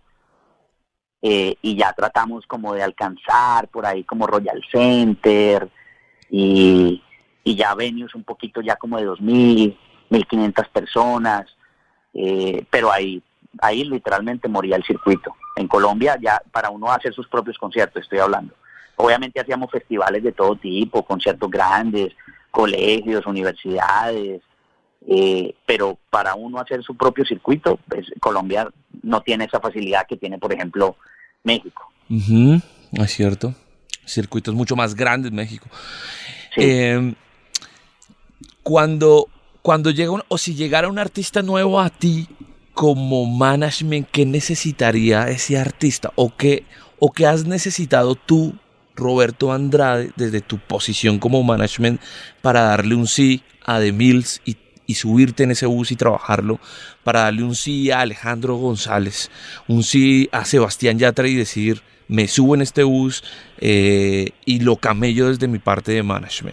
eh, y ya tratamos como de alcanzar por ahí como Royal Center, y, y ya venues un poquito ya como de dos mil, mil quinientas personas, eh, pero ahí ahí literalmente moría el circuito. En Colombia ya para uno hacer sus propios conciertos, estoy hablando. Obviamente hacíamos festivales de todo tipo, conciertos grandes, colegios, universidades, eh, pero para uno hacer su propio circuito, pues Colombia no tiene esa facilidad que tiene, por ejemplo, México. Ujú, es cierto. Circuitos mucho más grandes en México. Sí. Eh, cuando, cuando llega un, o si llegara un artista nuevo a ti como management, ¿qué necesitaría ese artista? ¿O qué, o qué has necesitado tú, Roberto Andrade, desde tu posición como management, para darle un sí a The Mills y, y subirte en ese bus y trabajarlo? Para darle un sí a Alejandro González, un sí a Sebastián Yatra y decir, me subo en este bus eh, y lo camello desde mi parte de management.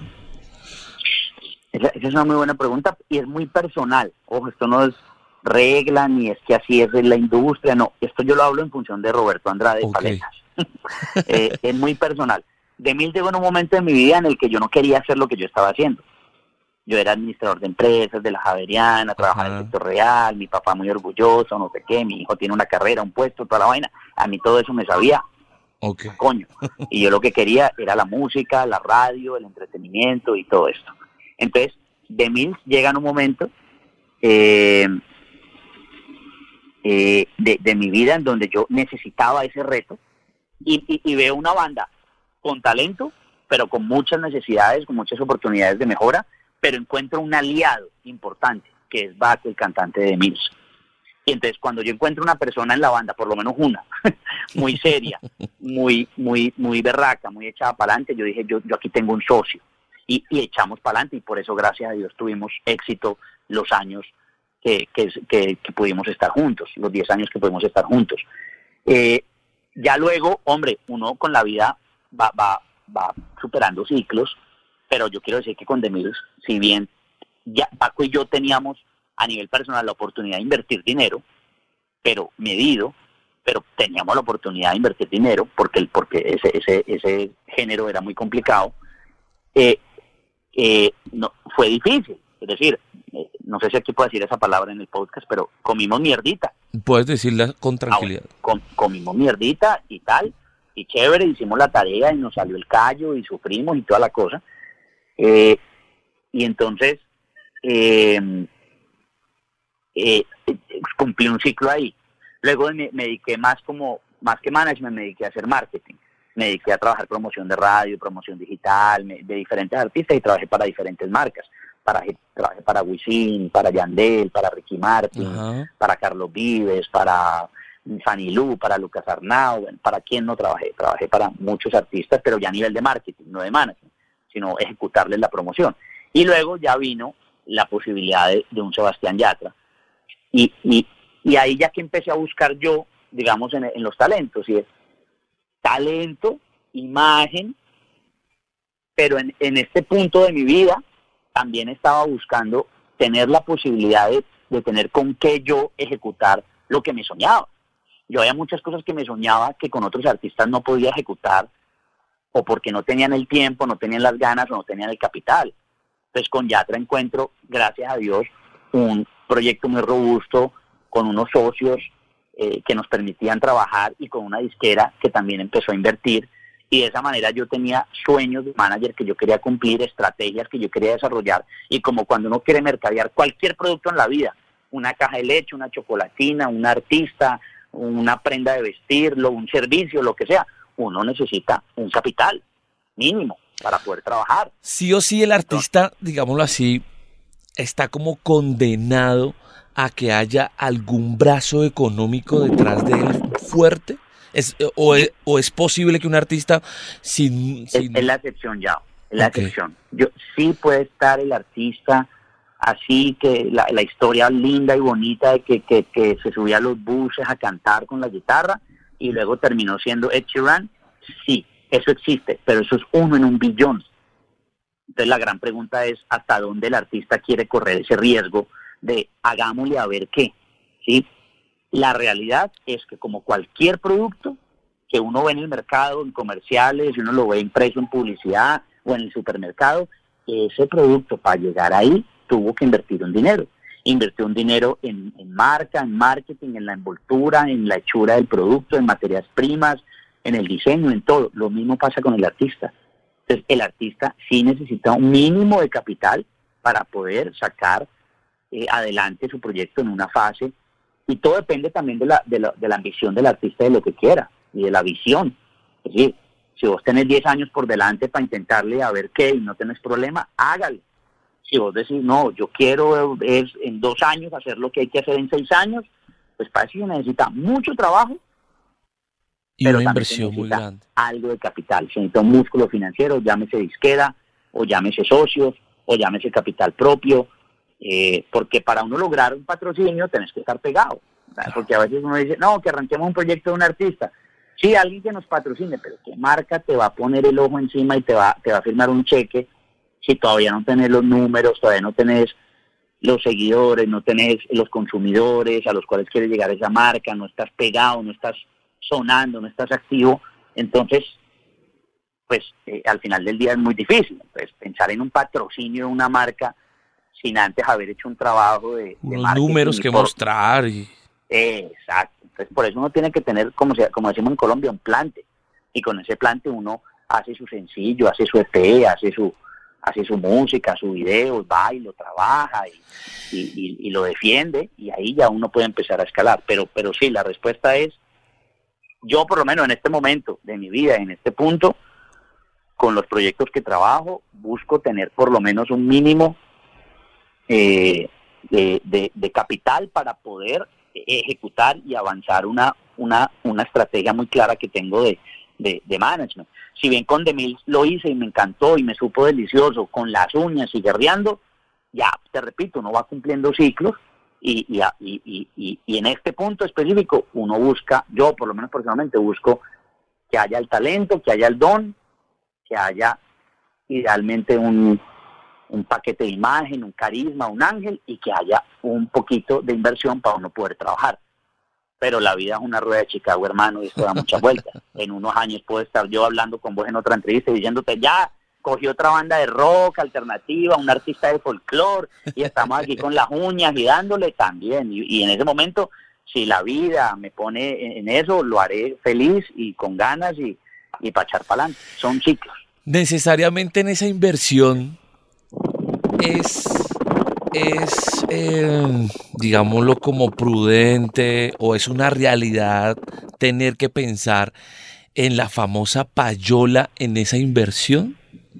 Esa, esa es una muy buena pregunta y es muy personal. Ojo, esto no es regla ni es que así es la industria, no. Esto yo lo hablo en función de Roberto Andrade Ok. Paletas. eh, es muy personal. The Mills llegó en un momento de mi vida en el que yo no quería hacer lo que yo estaba haciendo. Yo era administrador de empresas, de la Javeriana, trabajaba en Ajá. el sector real, mi papá muy orgulloso, no sé qué, mi hijo tiene una carrera, un puesto, toda la vaina. A mí todo eso me sabía, Ok. coño. Y yo lo que quería era la música, la radio, el entretenimiento y todo esto. Entonces, The Mills llega en un momento eh, eh, de, de mi vida en donde yo necesitaba ese reto y, y, y veo una banda con talento, pero con muchas necesidades, con muchas oportunidades de mejora, pero encuentro un aliado importante, que es Baco, el cantante de The Mills. Y entonces cuando yo encuentro una persona en la banda, por lo menos una, muy seria, muy muy muy berraca, muy echada para adelante, yo dije, yo, yo aquí tengo un socio. Y, y echamos para adelante, y por eso, gracias a Dios, tuvimos éxito los años que, que, que, que pudimos estar juntos, los diez años que pudimos estar juntos. Eh, ya luego, hombre, uno con la vida va, va, va superando ciclos, pero yo quiero decir que con The Mills, si bien ya Paco y yo teníamos a nivel personal la oportunidad de invertir dinero, pero medido, pero teníamos la oportunidad de invertir dinero porque, el, porque ese, ese, ese género era muy complicado, eh, eh, no, fue difícil. Es decir, eh, no sé si aquí puedo decir esa palabra en el podcast, pero comimos mierdita. Puedes decirla con tranquilidad. Ah, bueno, com, comimos mierdita y tal, y chévere, hicimos la tarea y nos salió el callo y sufrimos y toda la cosa. Eh, y entonces eh, eh, cumplí un ciclo ahí. Luego me, me dediqué más como, más que management, me dediqué a hacer marketing. Me dediqué a trabajar promoción de radio, promoción digital, me, de diferentes artistas, y trabajé para diferentes marcas. Para, trabajé para Wisin, para Yandel, para Ricky Martin, Ajá. para Carlos Vives, para Fanny Lu, para Lucas Arnau, para quién no trabajé. Trabajé para muchos artistas, pero ya a nivel de marketing, no de management, sino ejecutarles la promoción. Y luego ya vino la posibilidad de, de un Sebastián Yatra. Y, y, y ahí ya que empecé a buscar yo, digamos, en, en los talentos, y es talento, imagen, pero en, en este punto de mi vida también estaba buscando tener la posibilidad de, de tener con qué yo ejecutar lo que me soñaba. Yo había muchas cosas que me soñaba que con otros artistas no podía ejecutar, o porque no tenían el tiempo, no tenían las ganas o no tenían el capital. Entonces con Yatra encuentro, gracias a Dios, un proyecto muy robusto, con unos socios eh, que nos permitían trabajar, y con una disquera que también empezó a invertir, y de esa manera yo tenía sueños de manager que yo quería cumplir, estrategias que yo quería desarrollar, y como cuando uno quiere mercadear cualquier producto en la vida, una caja de leche, una chocolatina, un artista, una prenda de vestirlo, un servicio, lo que sea, uno necesita un capital mínimo para poder trabajar. Sí o sí el artista, digámoslo así, está como condenado a que haya algún brazo económico detrás de él fuerte. ¿Es, o, es, ¿O es posible que un artista sin... sin... Es, es la excepción ya, es la Okay. excepción. Yo, sí puede estar el artista así, que la, la historia linda y bonita de que, que, que se subía a los buses a cantar con la guitarra y luego terminó siendo Ed Sheeran. Sí, eso existe, pero eso es uno en un billón. Entonces la gran pregunta es hasta dónde el artista quiere correr ese riesgo de hagámosle a ver qué, ¿sí? La realidad es que como cualquier producto que uno ve en el mercado, en comerciales, y uno lo ve impreso en publicidad o en el supermercado, ese producto para llegar ahí tuvo que invertir un dinero. Invirtió un dinero en, en marca, en marketing, en la envoltura, en la hechura del producto, en materias primas, en el diseño, en todo. Lo mismo pasa con el artista. Entonces el artista sí necesita un mínimo de capital para poder sacar eh, adelante su proyecto en una fase. Y todo depende también de la, de, la, de la ambición del artista, de lo que quiera y de la visión. Es decir, si vos tenés diez años por delante para intentarle a ver qué y no tenés problema, hágalo. Si vos decís, no, yo quiero es en dos años hacer lo que hay que hacer en seis años, pues para eso se necesita mucho trabajo Y pero una también se inversión muy necesita grande. algo de capital. Se necesita un músculo financiero, llámese disquera, o llámese socios, o llámese capital propio, eh, porque para uno lograr un patrocinio tenés que estar pegado. ¿Sabes? Porque a veces uno dice, no, que arranquemos un proyecto de un artista. Sí, alguien que nos patrocine, pero ¿qué marca te va a poner el ojo encima y te va, te va a firmar un cheque si todavía no tenés los números, todavía no tenés los seguidores, no tenés los consumidores a los cuales quiere llegar esa marca, no estás pegado, no estás sonando, no estás activo? Entonces, pues eh, al final del día es muy difícil. Pues pensar en un patrocinio de una marca sin antes haber hecho un trabajo de, de Unos marketing números y que por- mostrar. Y... Eh, exacto. Entonces, por eso uno tiene que tener, como, se, como decimos en Colombia, un plante. Y con ese plante uno hace su sencillo, hace su E P, hace su hace su música, su video, va y lo trabaja y, y, y, y lo defiende, y ahí ya uno puede empezar a escalar. Pero, pero sí, la respuesta es, yo por lo menos en este momento de mi vida, en este punto, con los proyectos que trabajo, busco tener por lo menos un mínimo eh, de, de, de capital para poder ejecutar y avanzar una, una, una estrategia muy clara que tengo de, de, de management. Si bien con The Mills lo hice y me encantó y me supo delicioso, con las uñas y guerreando, ya, te repito, uno va cumpliendo ciclos y, y, y, y, y en este punto específico uno busca, yo por lo menos personalmente busco que haya el talento, que haya el don, que haya idealmente un, un paquete de imagen, un carisma, un ángel, y que haya un poquito de inversión para uno poder trabajar. Pero la vida es una rueda de Chicago, hermano, y esto da muchas vueltas. En unos años puedo estar yo hablando con vos en otra entrevista y diciéndote, ya, cogí otra banda de rock alternativa, un artista de folclore, y estamos aquí con las uñas y dándole también. Y, y en ese momento, si la vida me pone en, en eso, lo haré feliz y con ganas y, y para echar para adelante. Son ciclos. Necesariamente en esa inversión es, es eh, digámoslo como prudente, o es una realidad tener que pensar en la famosa payola en esa inversión.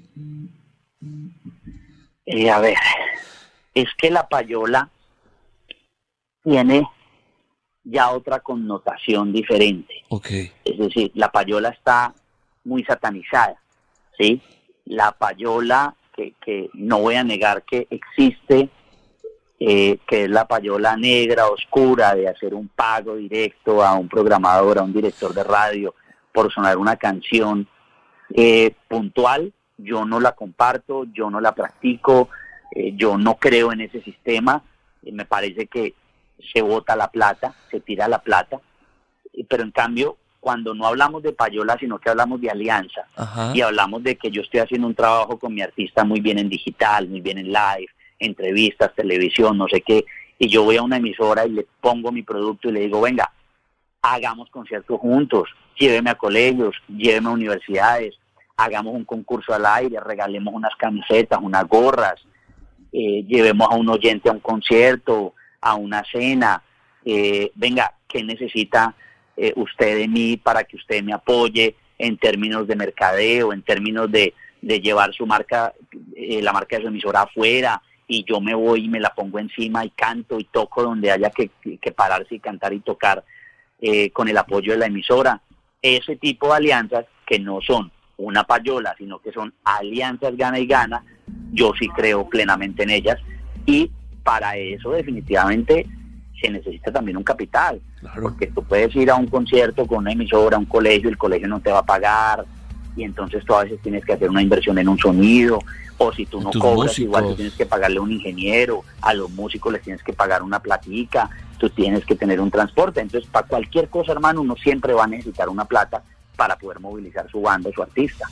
Eh, a ver, es que la payola tiene ya otra connotación diferente. Ok. Es decir, la payola está muy satanizada, ¿sí? La payola, que, que no voy a negar que existe, eh, que es la payola negra, oscura, de hacer un pago directo a un programador, a un director de radio, por sonar una canción eh, puntual. Yo no la comparto, yo no la practico, eh, yo no creo en ese sistema. Eh, me parece que se bota la plata, se tira la plata, eh, pero en cambio, cuando no hablamos de payola, sino que hablamos de alianza, Ajá. y hablamos de que yo estoy haciendo un trabajo con mi artista muy bien en digital, muy bien en live, entrevistas, televisión, no sé qué, y yo voy a una emisora y le pongo mi producto y le digo, venga, hagamos conciertos juntos, lléveme a colegios, lléveme a universidades, hagamos un concurso al aire, regalemos unas camisetas, unas gorras, eh, llevemos a un oyente a un concierto, a una cena, eh, venga, ¿qué necesita eh, usted de mí para que usted me apoye en términos de mercadeo, en términos de, de llevar su marca, eh, la marca de su emisora afuera, y yo me voy y me la pongo encima y canto y toco donde haya que, que pararse y cantar y tocar eh, con el apoyo de la emisora? Ese tipo de alianzas que no son una payola, sino que son alianzas gana y gana, yo sí creo plenamente en ellas, y para eso definitivamente se necesita también un capital, claro. Porque tú puedes ir a un concierto con una emisora, a un colegio, el colegio no te va a pagar, y entonces tú a veces tienes que hacer una inversión en un sonido, o si tú no cobras, músicos. Igual tú tienes que pagarle a un ingeniero, a los músicos les tienes que pagar una platica, tú tienes que tener un transporte. Entonces, para cualquier cosa, hermano, uno siempre va a necesitar una plata para poder movilizar su banda, su artista.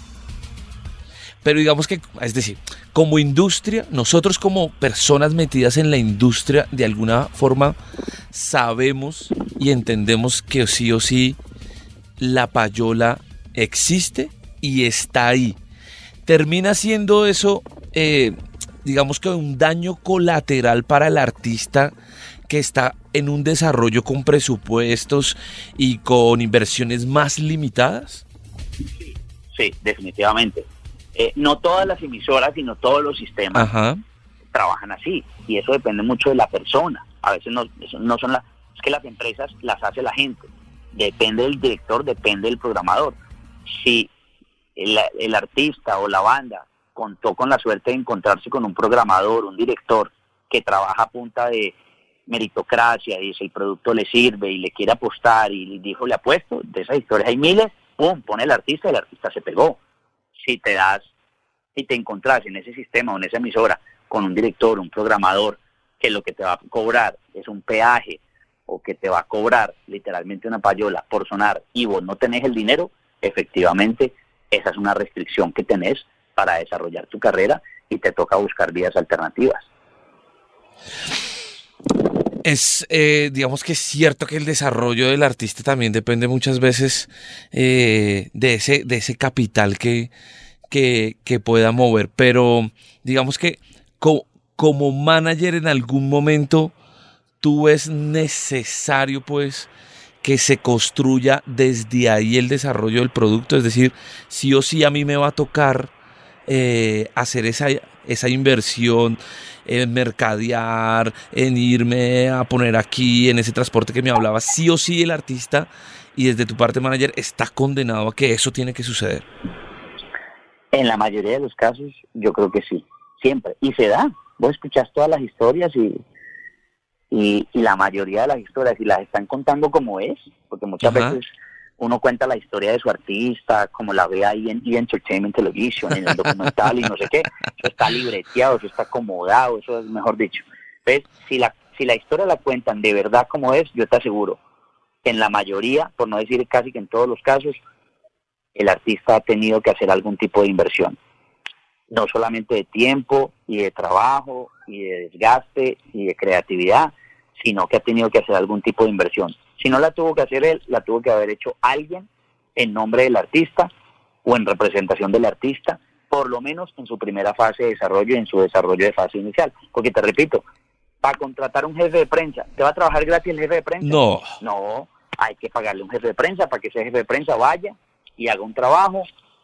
Pero digamos que, es decir, como industria, nosotros como personas metidas en la industria, de alguna forma sabemos y entendemos que sí o sí la payola existe y está ahí. Termina siendo eso, eh, digamos que un daño colateral para el artista que está en un desarrollo con presupuestos y con inversiones más limitadas. Sí, sí, definitivamente. Eh, no todas las emisoras y no todos los sistemas Ajá. trabajan así, y eso depende mucho de la persona. A veces no, eso no son las, es que las empresas las hace la gente. Depende del director, depende del programador. Si el, el artista o la banda contó con la suerte de encontrarse con un programador, un director que trabaja a punta de meritocracia, y si el producto le sirve y le quiere apostar y le dijo le apuesto, de esas historias hay miles, pum, pone el artista y el artista se pegó. Si te das, si te encontrás en ese sistema o en esa emisora con un director, un programador, que lo que te va a cobrar es un peaje, o que te va a cobrar literalmente una payola por sonar, y vos no tenés el dinero, efectivamente esa es una restricción que tenés para desarrollar tu carrera, y te toca buscar vías alternativas. Es, eh, digamos que es cierto que el desarrollo del artista también depende muchas veces eh, de ese, de ese capital que, que, que pueda mover, pero digamos que co- como manager en algún momento tú ves necesario pues que se construya desde ahí el desarrollo del producto, es decir, sí o sí a mí me va a tocar eh, hacer esa, esa inversión en mercadear, en irme a poner aquí en ese transporte que me hablaba. Sí o sí el artista, y desde tu parte manager, está condenado a que eso tiene que suceder. En la mayoría de los casos yo creo que sí, siempre, y se da. Vos escuchás todas las historias y, y, y la mayoría de las historias, y las están contando como es, porque muchas Ajá. veces uno cuenta la historia de su artista, como la ve ahí en E! Entertainment Television, en el documental y no sé qué. Eso está libreteado, eso está acomodado, eso es mejor dicho. ¿Ves? Si la, si la historia la cuentan de verdad como es, yo te aseguro que en la mayoría, por no decir casi que en todos los casos, el artista ha tenido que hacer algún tipo de inversión. No solamente de tiempo y de trabajo y de desgaste y de creatividad, sino que ha tenido que hacer algún tipo de inversión. Si no la tuvo que hacer él, la tuvo que haber hecho alguien en nombre del artista o en representación del artista, por lo menos en su primera fase de desarrollo y en su desarrollo de fase inicial. Porque te repito, para contratar un jefe de prensa, ¿te va a trabajar gratis el jefe de prensa? No. No, hay que pagarle un jefe de prensa para que ese jefe de prensa vaya y haga un trabajo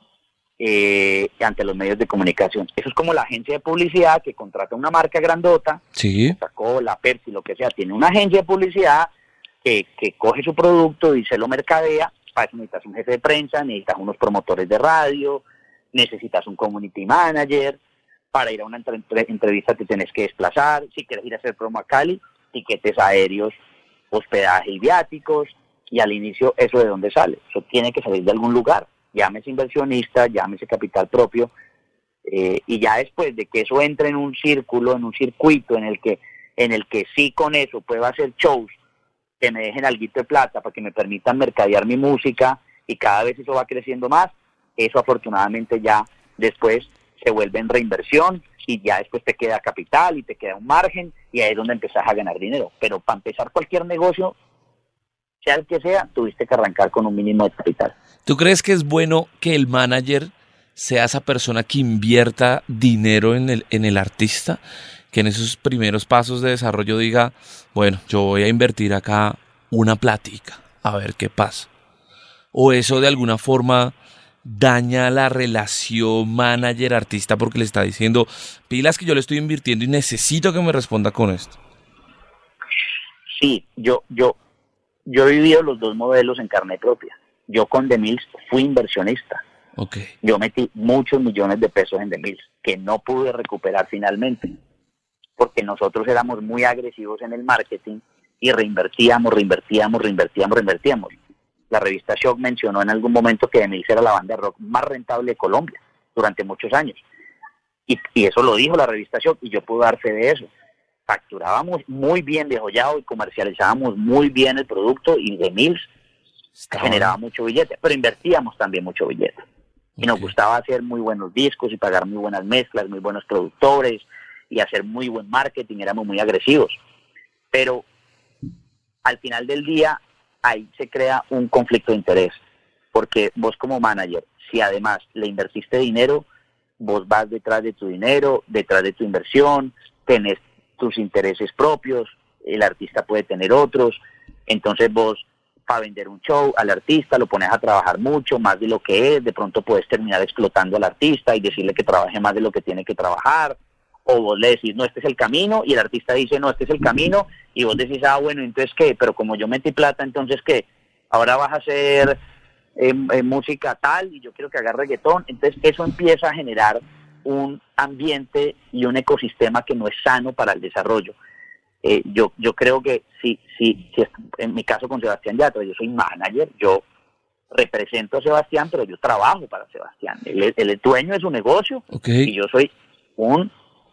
eh, ante los medios de comunicación. Eso es como la agencia de publicidad que contrata una marca grandota, sí. Coca-Cola, Pepsi, lo que sea, tiene una agencia de publicidad que, que coge su producto y se lo mercadea. Para eso necesitas un jefe de prensa, necesitas unos promotores de radio, necesitas un community manager. Para ir a una entre- entrevista te tienes que desplazar. Si quieres ir a hacer promo a Cali, tiquetes aéreos, hospedaje y viáticos. Y al inicio, ¿eso de dónde sale? Eso tiene que salir de algún lugar. Llámese inversionista, llámese capital propio. Eh, y ya después de que eso entre en un círculo, en un circuito en el que en el que sí con eso puedo hacer shows que me dejen alguito de plata para que me permitan mercadear mi música, y cada vez eso va creciendo más, eso afortunadamente ya después se vuelve en reinversión, y ya después te queda capital y te queda un margen, y ahí es donde empezás a ganar dinero. Pero para empezar cualquier negocio, sea el que sea, tuviste que arrancar con un mínimo de capital. ¿Tú crees que es bueno que el manager sea esa persona que invierta dinero en el, en el artista? que en esos primeros pasos de desarrollo diga, bueno, yo voy a invertir acá una plática, a ver qué pasa? ¿O eso de alguna forma daña la relación manager-artista porque le está diciendo, pilas que yo le estoy invirtiendo y necesito que me responda con esto? Sí, yo, yo, yo he vivido los dos modelos en carne propia. Yo con The Mills fui inversionista. Okay. Yo metí muchos millones de pesos en The Mills que no pude recuperar finalmente, porque nosotros éramos muy agresivos en el marketing y reinvertíamos, reinvertíamos, reinvertíamos, reinvertíamos. La revista Shock mencionó en algún momento que The Mills era la banda de rock más rentable de Colombia durante muchos años. Y, y eso lo dijo la revista Shock y yo pude dar fe de eso. Facturábamos muy bien de joyado y comercializábamos muy bien el producto y The Mills generaba mucho billete, pero invertíamos también mucho billete. Y okay. Nos gustaba hacer muy buenos discos y pagar muy buenas mezclas, muy buenos productores y hacer muy buen marketing, éramos muy agresivos. Pero al final del día ahí se crea un conflicto de interés, porque vos como manager, si además le invertiste dinero, vos vas detrás de tu dinero, detrás de tu inversión, tenés tus intereses propios, el artista puede tener otros, entonces vos para vender un show al artista lo pones a trabajar mucho, más de lo que es, de pronto puedes terminar explotando al artista y decirle que trabaje más de lo que tiene que trabajar, o vos le decís, no, este es el camino, y el artista dice, no, este es el camino, y vos decís, ah, bueno, entonces ¿qué? Pero como yo metí plata, entonces ¿qué? Ahora vas a hacer eh, eh, música tal, y yo quiero que haga reggaetón, entonces eso empieza a generar un ambiente y un ecosistema que no es sano para el desarrollo. Eh, yo yo creo que si, si, si en mi caso con Sebastián Yatra, yo soy manager, yo represento a Sebastián, pero yo trabajo para Sebastián. Él, él es dueño de su negocio, okay. Y yo soy un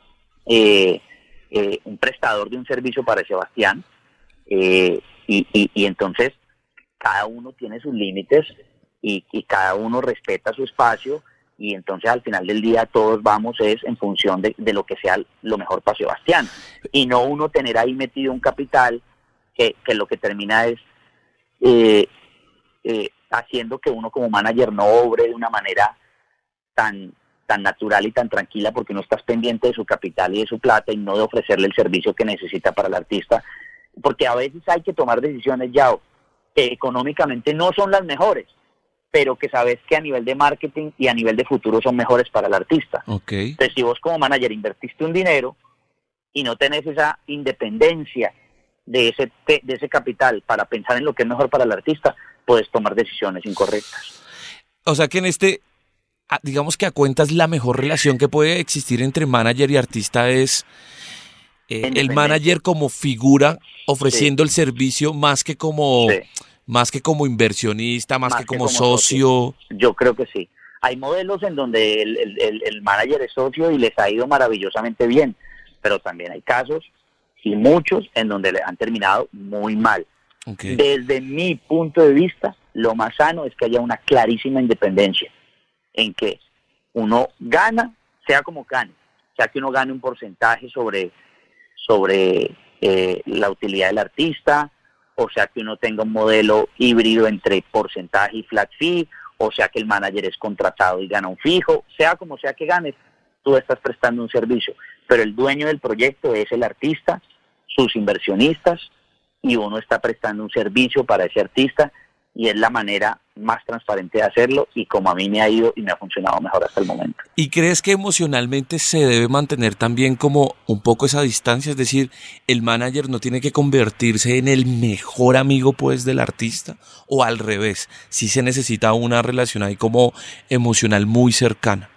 eh, eh, un prestador de un servicio para Sebastián, eh, y, y, y entonces cada uno tiene sus límites y, y cada uno respeta su espacio. Y entonces al final del día todos vamos es en función de, de lo que sea lo mejor para Sebastián. Y no uno tener ahí metido un capital que, que lo que termina es eh, eh, haciendo que uno como manager no obre de una manera tan, tan natural y tan tranquila, porque no estás pendiente de su capital y de su plata y no de ofrecerle el servicio que necesita para el artista. Porque a veces hay que tomar decisiones ya que económicamente no son las mejores, pero que sabes que a nivel de marketing y a nivel de futuro son mejores para el artista. Okay. Entonces, si vos como manager invertiste un dinero y no tenés esa independencia de ese, de ese capital para pensar en lo que es mejor para el artista, puedes tomar decisiones incorrectas. O sea que en este, digamos que a cuentas la mejor relación que puede existir entre manager y artista es eh, el manager como figura ofreciendo sí. el servicio más que como... Sí. Más que como inversionista, más, más que, como que como socio. socio. Yo creo que sí. Hay modelos en donde el, el, el manager es socio y les ha ido maravillosamente bien, pero también hay casos, y muchos, en donde le han terminado muy mal. Okay. Desde mi punto de vista, lo más sano es que haya una clarísima independencia, en que uno gana, sea como gane, sea que uno gane un porcentaje sobre, sobre eh, la utilidad del artista, o sea que uno tenga un modelo híbrido entre porcentaje y flat fee, o sea que el manager es contratado y gana un fijo, sea como sea que ganes, tú estás prestando un servicio, pero el dueño del proyecto es el artista, sus inversionistas, y uno está prestando un servicio para ese artista, y es la manera más transparente de hacerlo, y como a mí me ha ido y me ha funcionado mejor hasta el momento. ¿Y crees que emocionalmente se debe mantener también como un poco esa distancia? Es decir, ¿el manager no tiene que convertirse en el mejor amigo pues del artista? ¿O al revés, sí se necesita una relación ahí como emocional muy cercana?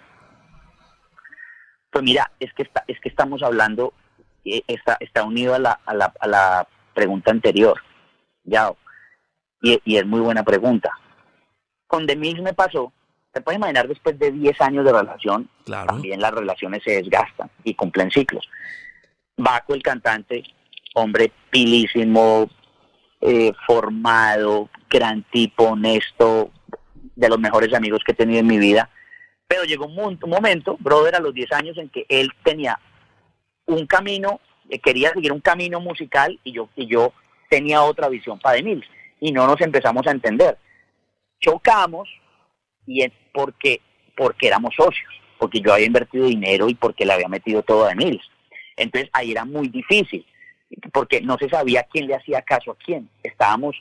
Pues mira, es que está, es que estamos hablando, eh, está, está unido a la, a la, a la pregunta anterior, ya, y, y es muy buena pregunta. Con The Mills me pasó, te puedes imaginar, después de diez años de relación, claro. También las relaciones se desgastan y cumplen ciclos. Baco, el cantante, hombre pilísimo, eh, formado, gran tipo, honesto, de los mejores amigos que he tenido en mi vida, pero llegó un, un momento, brother, a los diez años en que él tenía un camino, eh, quería seguir un camino musical y yo, y yo tenía otra visión para The Mills, y no nos empezamos a entender. Chocamos y es porque, porque éramos socios, porque yo había invertido dinero y porque le había metido todo a The Mills. Entonces ahí era muy difícil, porque no se sabía quién le hacía caso a quién. Estábamos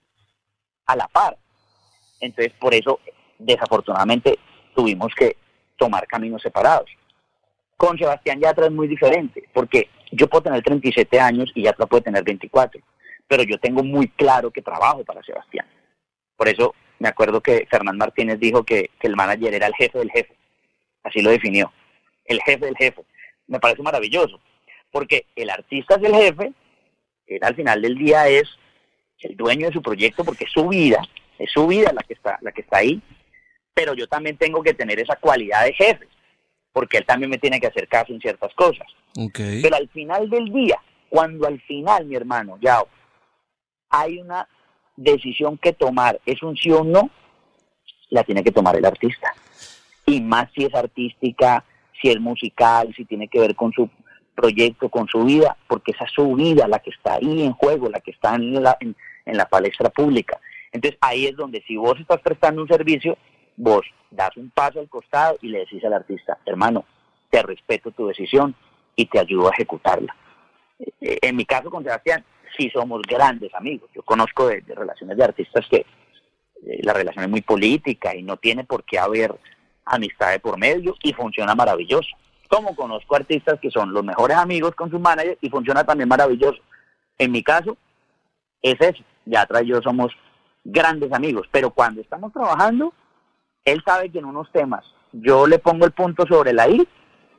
a la par. Entonces por eso, desafortunadamente, tuvimos que tomar caminos separados. Con Sebastián Yatra es muy diferente, porque yo puedo tener treinta y siete años y Yatra puede tener veinticuatro, pero yo tengo muy claro que trabajo para Sebastián. Por eso me acuerdo que Fernán Martínez dijo que, que el manager era el jefe del jefe. Así lo definió, el jefe del jefe. Me parece maravilloso, porque el artista es el jefe, él al final del día es el dueño de su proyecto, porque es su vida, es su vida la que está, la que está ahí, pero yo también tengo que tener esa cualidad de jefe, porque él también me tiene que hacer caso en ciertas cosas. Okay. Pero al final del día, cuando al final, mi hermano, ya hay una decisión que tomar, es un sí o no, la tiene que tomar el artista. Y más si es artística, si es musical, si tiene que ver con su proyecto, con su vida, porque esa es su vida, la que está ahí en juego, la que está en la, en, en la palestra pública. Entonces ahí es donde, si vos estás prestando un servicio, vos das un paso al costado y le decís al artista, hermano, te respeto tu decisión y te ayudo a ejecutarla. Eh, en mi caso con Sebastián, sí somos grandes amigos. Yo conozco de, de relaciones de artistas que eh, la relación es muy política y no tiene por qué haber amistad de por medio y funciona maravilloso. Como conozco artistas que son los mejores amigos con su manager y funciona también maravilloso. En mi caso, es eso. Yatra y yo somos grandes amigos, pero cuando estamos trabajando, él sabe que en unos temas yo le pongo el punto sobre la I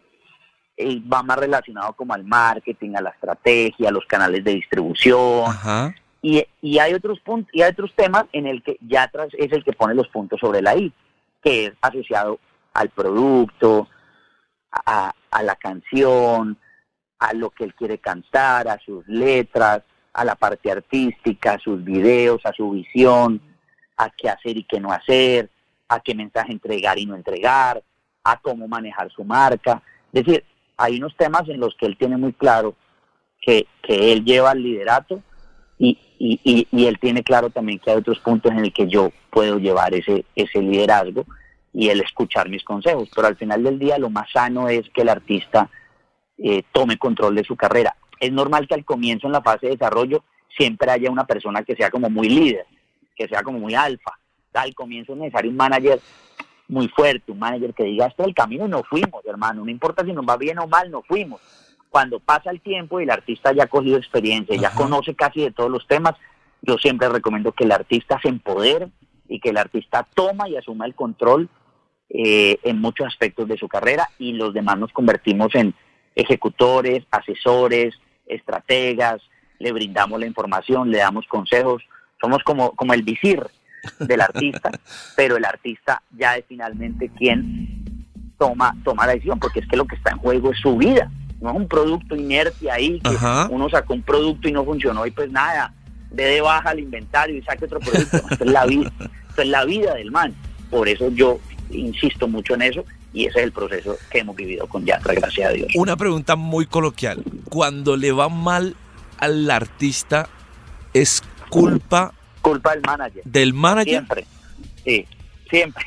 y va más relacionado como al marketing, a la estrategia, a los canales de distribución. Ajá. Y, y hay otros puntos, y hay otros temas en el que Yatra es el que pone los puntos sobre la I, que es asociado al producto, a, a la canción, a lo que él quiere cantar, a sus letras, a la parte artística, a sus videos, a su visión, a qué hacer y qué no hacer, a qué mensaje entregar y no entregar, a cómo manejar su marca. Es decir, hay unos temas en los que él tiene muy claro que, que él lleva el liderato y, y, y, y él tiene claro también que hay otros puntos en el que yo puedo llevar ese, ese liderazgo y él escuchar mis consejos. Pero al final del día lo más sano es que el artista eh, tome control de su carrera. Es normal que al comienzo, en la fase de desarrollo, siempre haya una persona que sea como muy líder, que sea como muy alfa. Al comienzo es necesario un manager muy fuerte, un manager que diga, este es el camino y nos fuimos, hermano, no importa si nos va bien o mal, nos fuimos. Cuando pasa el tiempo y el artista ya ha cogido experiencia, Ajá. ya conoce casi de todos los temas, yo siempre recomiendo que el artista se empodere y que el artista toma y asuma el control eh, en muchos aspectos de su carrera, y los demás nos convertimos en ejecutores, asesores, estrategas, le brindamos la información, le damos consejos, somos como, como el visir del artista, pero el artista ya es finalmente quien toma, toma la decisión, porque es que lo que está en juego es su vida, no es un producto inerte ahí, que Ajá. uno sacó un producto y no funcionó y pues nada, dé de baja el inventario y saque otro producto. Esto es la vida, esto es la vida del man. Por eso yo insisto mucho en eso, y ese es el proceso que hemos vivido con Yatra, gracias a Dios. Una pregunta muy coloquial: cuando le va mal al artista, ¿es culpa culpa del manager? ¿Del manager? Siempre, sí, siempre.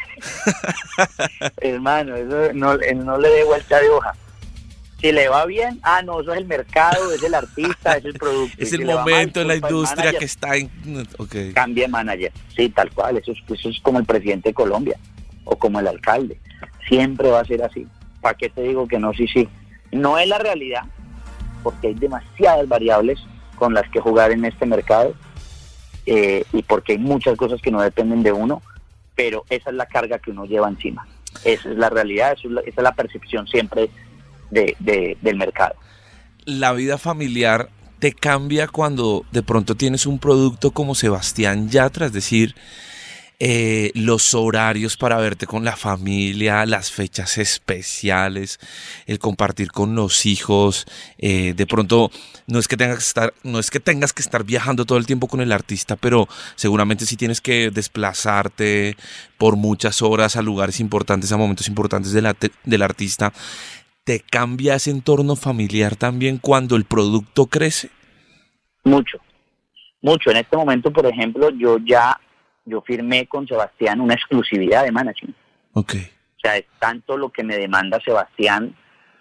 Hermano, eso no, no le dé vuelta de hoja. Si le va bien, ah, no, eso es el mercado, es el artista, es el producto. Es el si momento en la industria manager, que está en... Okay. Cambie manager, sí, tal cual. Eso es, eso es como el presidente de Colombia o como el alcalde. Siempre va a ser así. ¿Para qué te digo que no? Sí, sí. No es la realidad, porque hay demasiadas variables con las que jugar en este mercado, eh, y porque hay muchas cosas que no dependen de uno, pero esa es la carga que uno lleva encima. Esa es la realidad, esa es la, esa es la percepción siempre De, de, del mercado. La vida familiar te cambia cuando de pronto tienes un producto como Sebastián Yatra, es decir, eh, los horarios para verte con la familia, las fechas especiales, el compartir con los hijos, eh, de pronto no es que tengas que estar, no es que tengas que estar viajando todo el tiempo con el artista, pero seguramente sí tienes que desplazarte por muchas horas a lugares importantes, a momentos importantes de la, del artista. ¿Te cambia ese entorno familiar también cuando el producto crece? Mucho, mucho. En este momento, por ejemplo, yo ya yo firmé con Sebastián una exclusividad de management. Okay. O sea, es tanto lo que me demanda Sebastián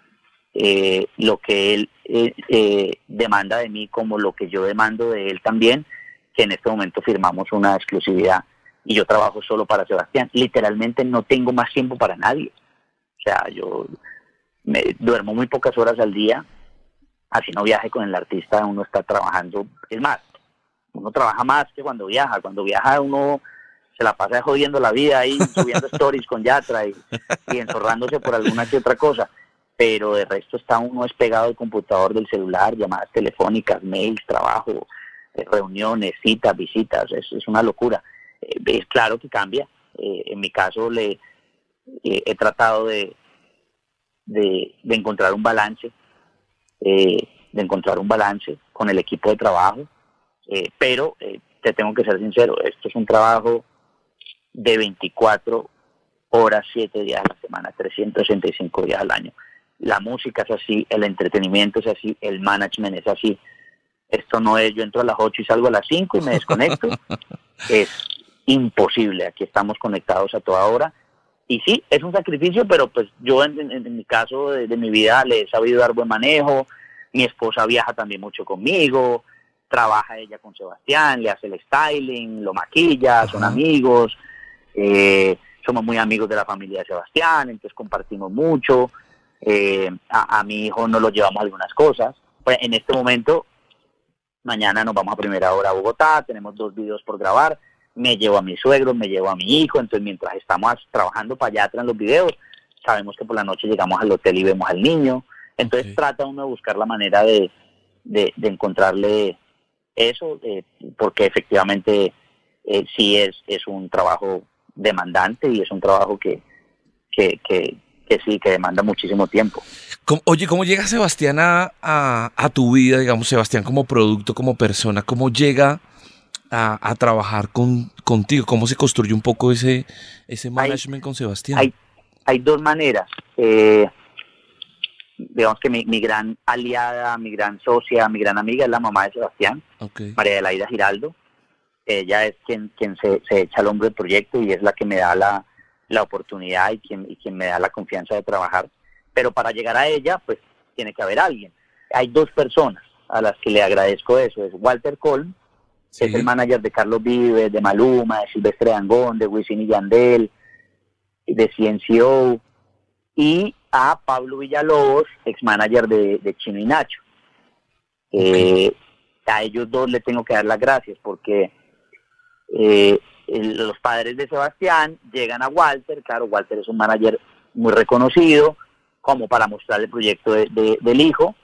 eh, lo que él eh, eh, demanda de mí como lo que yo demando de él también, que en este momento firmamos una exclusividad y yo trabajo solo para Sebastián. Literalmente no tengo más tiempo para nadie. O sea, yo me duermo muy pocas horas al día, así no viaje con el artista, uno está trabajando. Es más, uno trabaja más que cuando viaja. Cuando viaja uno se la pasa jodiendo la vida ahí, subiendo stories con Yatra y, y enzorrándose por alguna que otra cosa. Pero de resto está uno despegado del computador, del celular, llamadas telefónicas, mails, trabajo, eh, reuniones, citas, visitas. Es, es una locura. Eh, es claro que cambia. Eh, en mi caso le eh, he tratado de, de, de encontrar un balance, eh, de encontrar un balance con el equipo de trabajo. Eh, pero eh, te tengo que ser sincero, esto es un trabajo de veinticuatro horas, siete días a la semana, trescientos sesenta y cinco días al año. La música es así, el entretenimiento es así, el management es así. Esto no es yo entro a las ocho y salgo a las cinco y me desconecto. Es imposible, aquí estamos conectados a toda hora. Y sí, es un sacrificio, pero pues yo en, en, en mi caso de, de mi vida le he sabido dar buen manejo. Mi esposa viaja también mucho conmigo, trabaja ella con Sebastián, le hace el styling, lo maquilla, son Ajá. amigos, eh, somos muy amigos de la familia de Sebastián, entonces compartimos mucho. Eh, a, a mi hijo nos lo llevamos a algunas cosas. Pues en este momento, mañana nos vamos a primera hora a Bogotá, tenemos dos videos por grabar, me llevo a mi suegro, me llevo a mi hijo, entonces mientras estamos trabajando para allá atrás en los videos, sabemos que por la noche llegamos al hotel y vemos al niño, entonces okay. trata uno de buscar la manera de, de, de encontrarle eso, eh, porque efectivamente eh, sí es, es un trabajo demandante y es un trabajo que, que, que, que sí, que demanda muchísimo tiempo. Oye, ¿cómo llega Sebastián a, a, a tu vida, digamos, Sebastián como producto, como persona? ¿Cómo llega a, a trabajar con, contigo? ¿Cómo se construye un poco ese, ese management hay, con Sebastián? Hay, hay dos maneras. Eh, digamos que mi, mi gran aliada, mi gran socia, mi gran amiga es la mamá de Sebastián, okay. María Adelaida Giraldo. Ella es quien, quien se, se echa al hombro del proyecto y es la que me da la, la oportunidad y quien, y quien me da la confianza de trabajar. Pero para llegar a ella, pues tiene que haber alguien. Hay dos personas a las que le agradezco eso. Es Walter Colm, sí. que es el manager de Carlos Vives, de Maluma, de Silvestre Dangond, de Wisin y Yandel, de C N C O, y a Pablo Villalobos, ex manager de, de Chino y Nacho. Okay. Eh, a ellos dos le tengo que dar las gracias porque eh, el, los padres de Sebastián llegan a Walter. Claro, Walter es un manager muy reconocido, como para mostrar el proyecto de, de, del hijo,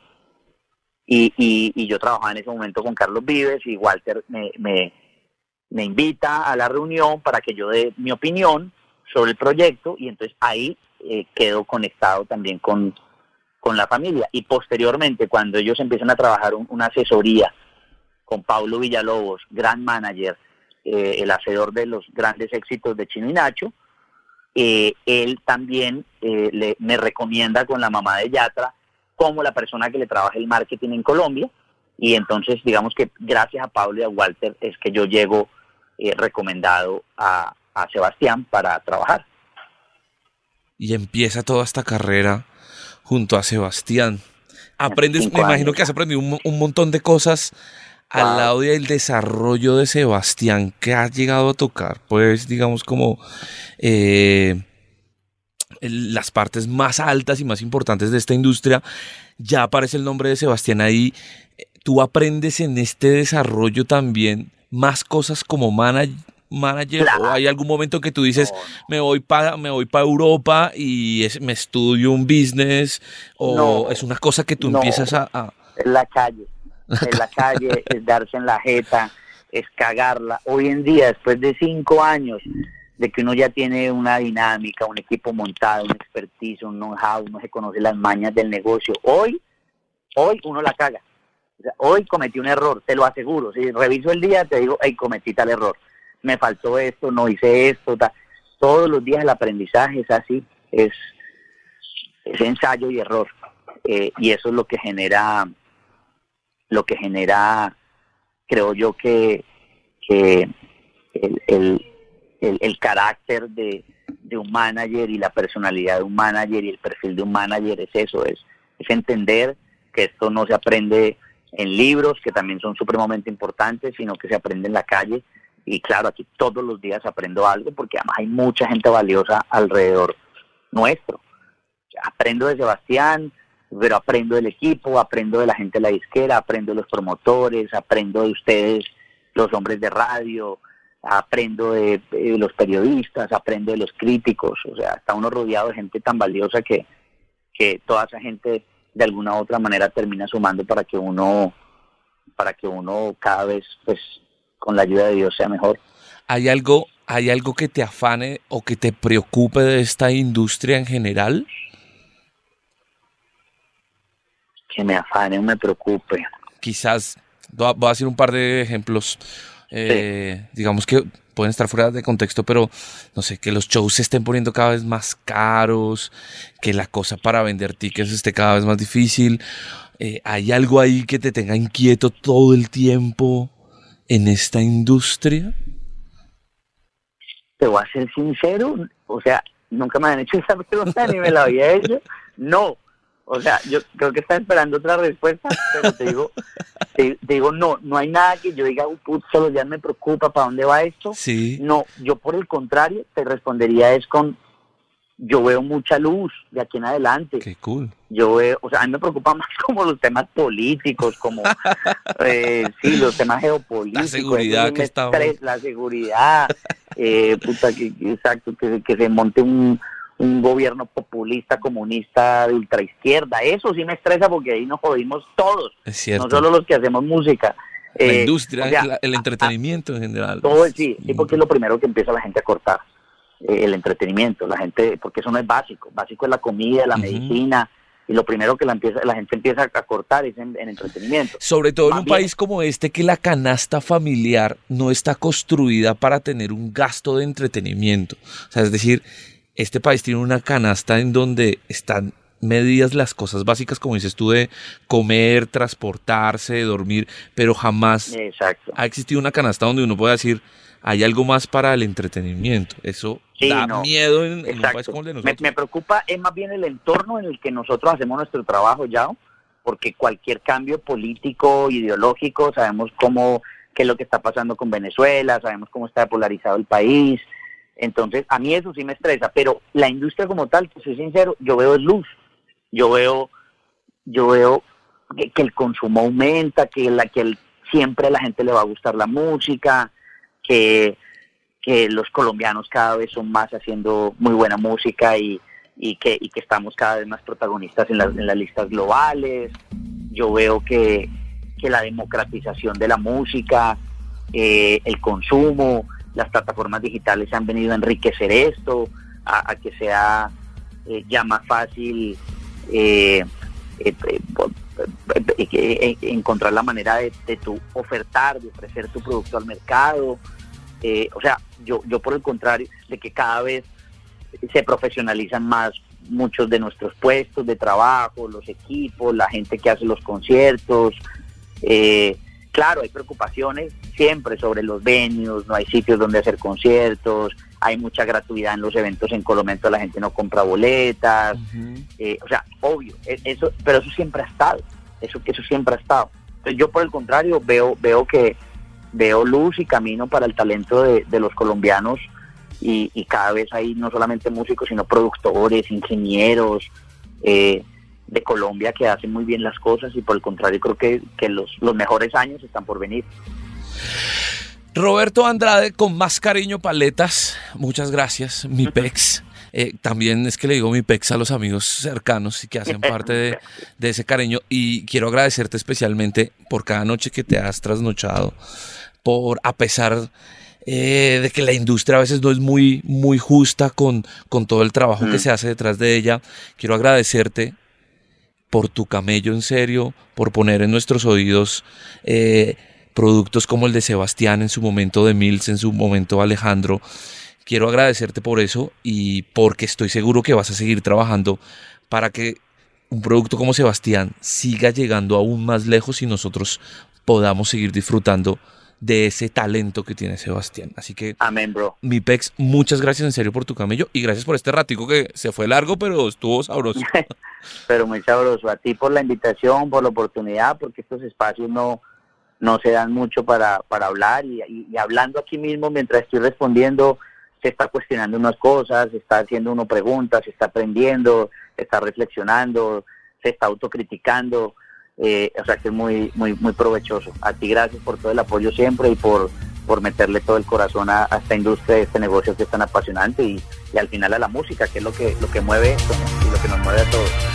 y, y, y yo trabajaba en ese momento con Carlos Vives, y Walter me, me, me invita a la reunión para que yo dé mi opinión sobre el proyecto, y entonces ahí eh, quedo conectado también con, con la familia. Y posteriormente, cuando ellos empiezan a trabajar un, una asesoría con Pablo Villalobos, gran manager, eh, el hacedor de los grandes éxitos de Chino y Nacho, Eh, él también eh, le, me recomienda con la mamá de Yatra como la persona que le trabaja el marketing en Colombia, y entonces digamos que gracias a Pablo y a Walter es que yo llego eh, recomendado a, a Sebastián para trabajar. Y empieza toda esta carrera junto a Sebastián. Aprendes, me imagino que has aprendido un, un montón de cosas al wow. lado del desarrollo de Sebastián. ¿Qué has llegado a tocar? Pues digamos como eh, las partes más altas y más importantes de esta industria. Ya aparece el nombre de Sebastián ahí. ¿Tú aprendes en este desarrollo también más cosas como manag- manager? Claro. ¿O hay algún momento que tú dices, no. me voy para me voy para Europa y es, me estudio un business? ¿O no. es una cosa que tú no. empiezas a, a... En la calle. En la calle, es darse en la jeta, es cagarla. Hoy en día, después de cinco años de que uno ya tiene una dinámica, un equipo montado, un expertise, un know-how, uno se conoce las mañas del negocio, hoy, hoy uno la caga. O sea, hoy cometí un error, te lo aseguro. Si reviso el día, te digo, hey, cometí tal error. Me faltó esto, no hice esto. Tal. Todos los días el aprendizaje es así, es, es ensayo y error. Eh, y eso es lo que genera... lo que genera, creo yo, que, que el, el, el, el carácter de, de un manager y la personalidad de un manager y el perfil de un manager es eso, es, es entender que esto no se aprende en libros, que también son supremamente importantes, sino que se aprende en la calle. Y claro, aquí todos los días aprendo algo, porque además hay mucha gente valiosa alrededor nuestro. O sea, aprendo de Sebastián, pero aprendo del equipo, aprendo de la gente de la disquera, aprendo de los promotores, aprendo de ustedes, los hombres de radio, aprendo de, de los periodistas, aprendo de los críticos. O sea, está uno rodeado de gente tan valiosa que, que toda esa gente de alguna u otra manera termina sumando para que uno, para que uno cada vez, pues, con la ayuda de Dios sea mejor. ¿Hay algo, hay algo que te afane o que te preocupe de esta industria en general? Que me afane o me preocupe. Quizás, voy a decir un par de ejemplos, eh, sí. digamos que pueden estar fuera de contexto, pero no sé, que los shows se estén poniendo cada vez más caros, que la cosa para vender tickets esté cada vez más difícil. Eh, ¿Hay algo ahí que te tenga inquieto todo el tiempo en esta industria? Te voy a ser sincero, o sea, nunca me han hecho esa pregunta ni me la había hecho. No, o sea, yo creo que estás esperando otra respuesta, pero te digo, te, te digo, no, no hay nada que yo diga, uh, putz, solo ya me preocupa, ¿para dónde va esto? Sí. No, yo por el contrario te respondería es con, yo veo mucha luz de aquí en adelante. Qué cool. Yo veo, o sea, a mí me preocupa más como los temas políticos, como, eh, sí, los temas geopolíticos. La seguridad que está... Estrés, la seguridad, eh, puta, que, exacto, que, que se monte un, un gobierno populista, comunista, de ultraizquierda. Eso sí me estresa porque ahí nos jodimos todos. Es cierto. No solo los que hacemos música. La eh, industria, o sea, la, el entretenimiento a, en general. Todo, sí, sí, porque es lo primero que empieza la gente a cortar. El entretenimiento, la gente, porque eso no es básico, básico es la comida, la uh-huh. medicina, y lo primero que la empieza, la gente empieza a cortar es en, en entretenimiento. Sobre todo Más en un bien, país como este, que la canasta familiar no está construida para tener un gasto de entretenimiento. O sea, es decir, este país tiene una canasta en donde están medidas las cosas básicas, como dices tú, de comer, transportarse, dormir, pero jamás Exacto. ha existido una canasta donde uno pueda decir, hay algo más para el entretenimiento. Eso sí, da no. miedo en, en un país como el de nosotros. Me, me preocupa es más bien el entorno en el que nosotros hacemos nuestro trabajo ya, porque cualquier cambio político, ideológico, sabemos cómo, qué es lo que está pasando con Venezuela, sabemos cómo está polarizado el país. Entonces, a mí eso sí me estresa, pero la industria como tal, pues soy sincero, yo veo es luz. Yo veo, yo veo que, que el consumo aumenta, que, la, que el, siempre a la gente le va a gustar la música, que, que los colombianos cada vez son más haciendo muy buena música y, y, que, y que estamos cada vez más protagonistas en, la, en las listas globales. Yo veo que, que la democratización de la música, eh, el consumo, las plataformas digitales han venido a enriquecer esto, a, a que sea eh, ya más fácil eh, eh, eh, eh, eh, encontrar la manera de, de tu ofertar, de ofrecer tu producto al mercado. Eh, o sea, yo, yo por el contrario, de que cada vez se profesionalizan más muchos de nuestros puestos de trabajo, los equipos, la gente que hace los conciertos. Eh, claro, hay preocupaciones siempre sobre los venues, no hay sitios donde hacer conciertos, hay mucha gratuidad en los eventos en Colombia, entonces la gente no compra boletas. Uh-huh. eh, o sea, obvio, eso, pero eso siempre ha estado, eso, eso siempre ha estado. Entonces yo por el contrario veo, veo que veo luz y camino para el talento de, de los colombianos y, y cada vez hay no solamente músicos, sino productores, ingenieros eh, de Colombia que hacen muy bien las cosas y por el contrario creo que, que los, los mejores años están por venir. Roberto Andrade, con más cariño Paletas, muchas gracias, mi pex. Eh, también es que le digo mi pex a los amigos cercanos y que hacen parte de, de ese cariño, y quiero agradecerte especialmente por cada noche que te has trasnochado, por, a pesar eh, de que la industria a veces no es muy, muy justa con, con todo el trabajo mm. que se hace detrás de ella. Quiero agradecerte por tu camello en serio, por poner en nuestros oídos eh, productos como el de Sebastián en su momento, de Mills en su momento, Alejandro. Quiero agradecerte por eso y porque estoy seguro que vas a seguir trabajando para que un producto como Sebastián siga llegando aún más lejos y nosotros podamos seguir disfrutando de ese talento que tiene Sebastián. Así que, amén, bro. Mi pex, muchas gracias en serio por tu camello y gracias por este ratico que se fue largo, pero estuvo sabroso. Pero muy sabroso. A ti por la invitación, por la oportunidad, porque estos espacios no, no se dan mucho para, para hablar y, y, y hablando aquí mismo mientras estoy respondiendo, se está cuestionando unas cosas, se está haciendo uno preguntas, se está aprendiendo, se está reflexionando, se está autocriticando, eh, o sea que es muy, muy, muy provechoso. A ti gracias por todo el apoyo siempre y por, por meterle todo el corazón a, a esta industria, a este negocio que es tan apasionante y, y al final a la música, que es lo que, lo que mueve esto, ¿no? Y lo que nos mueve a todos.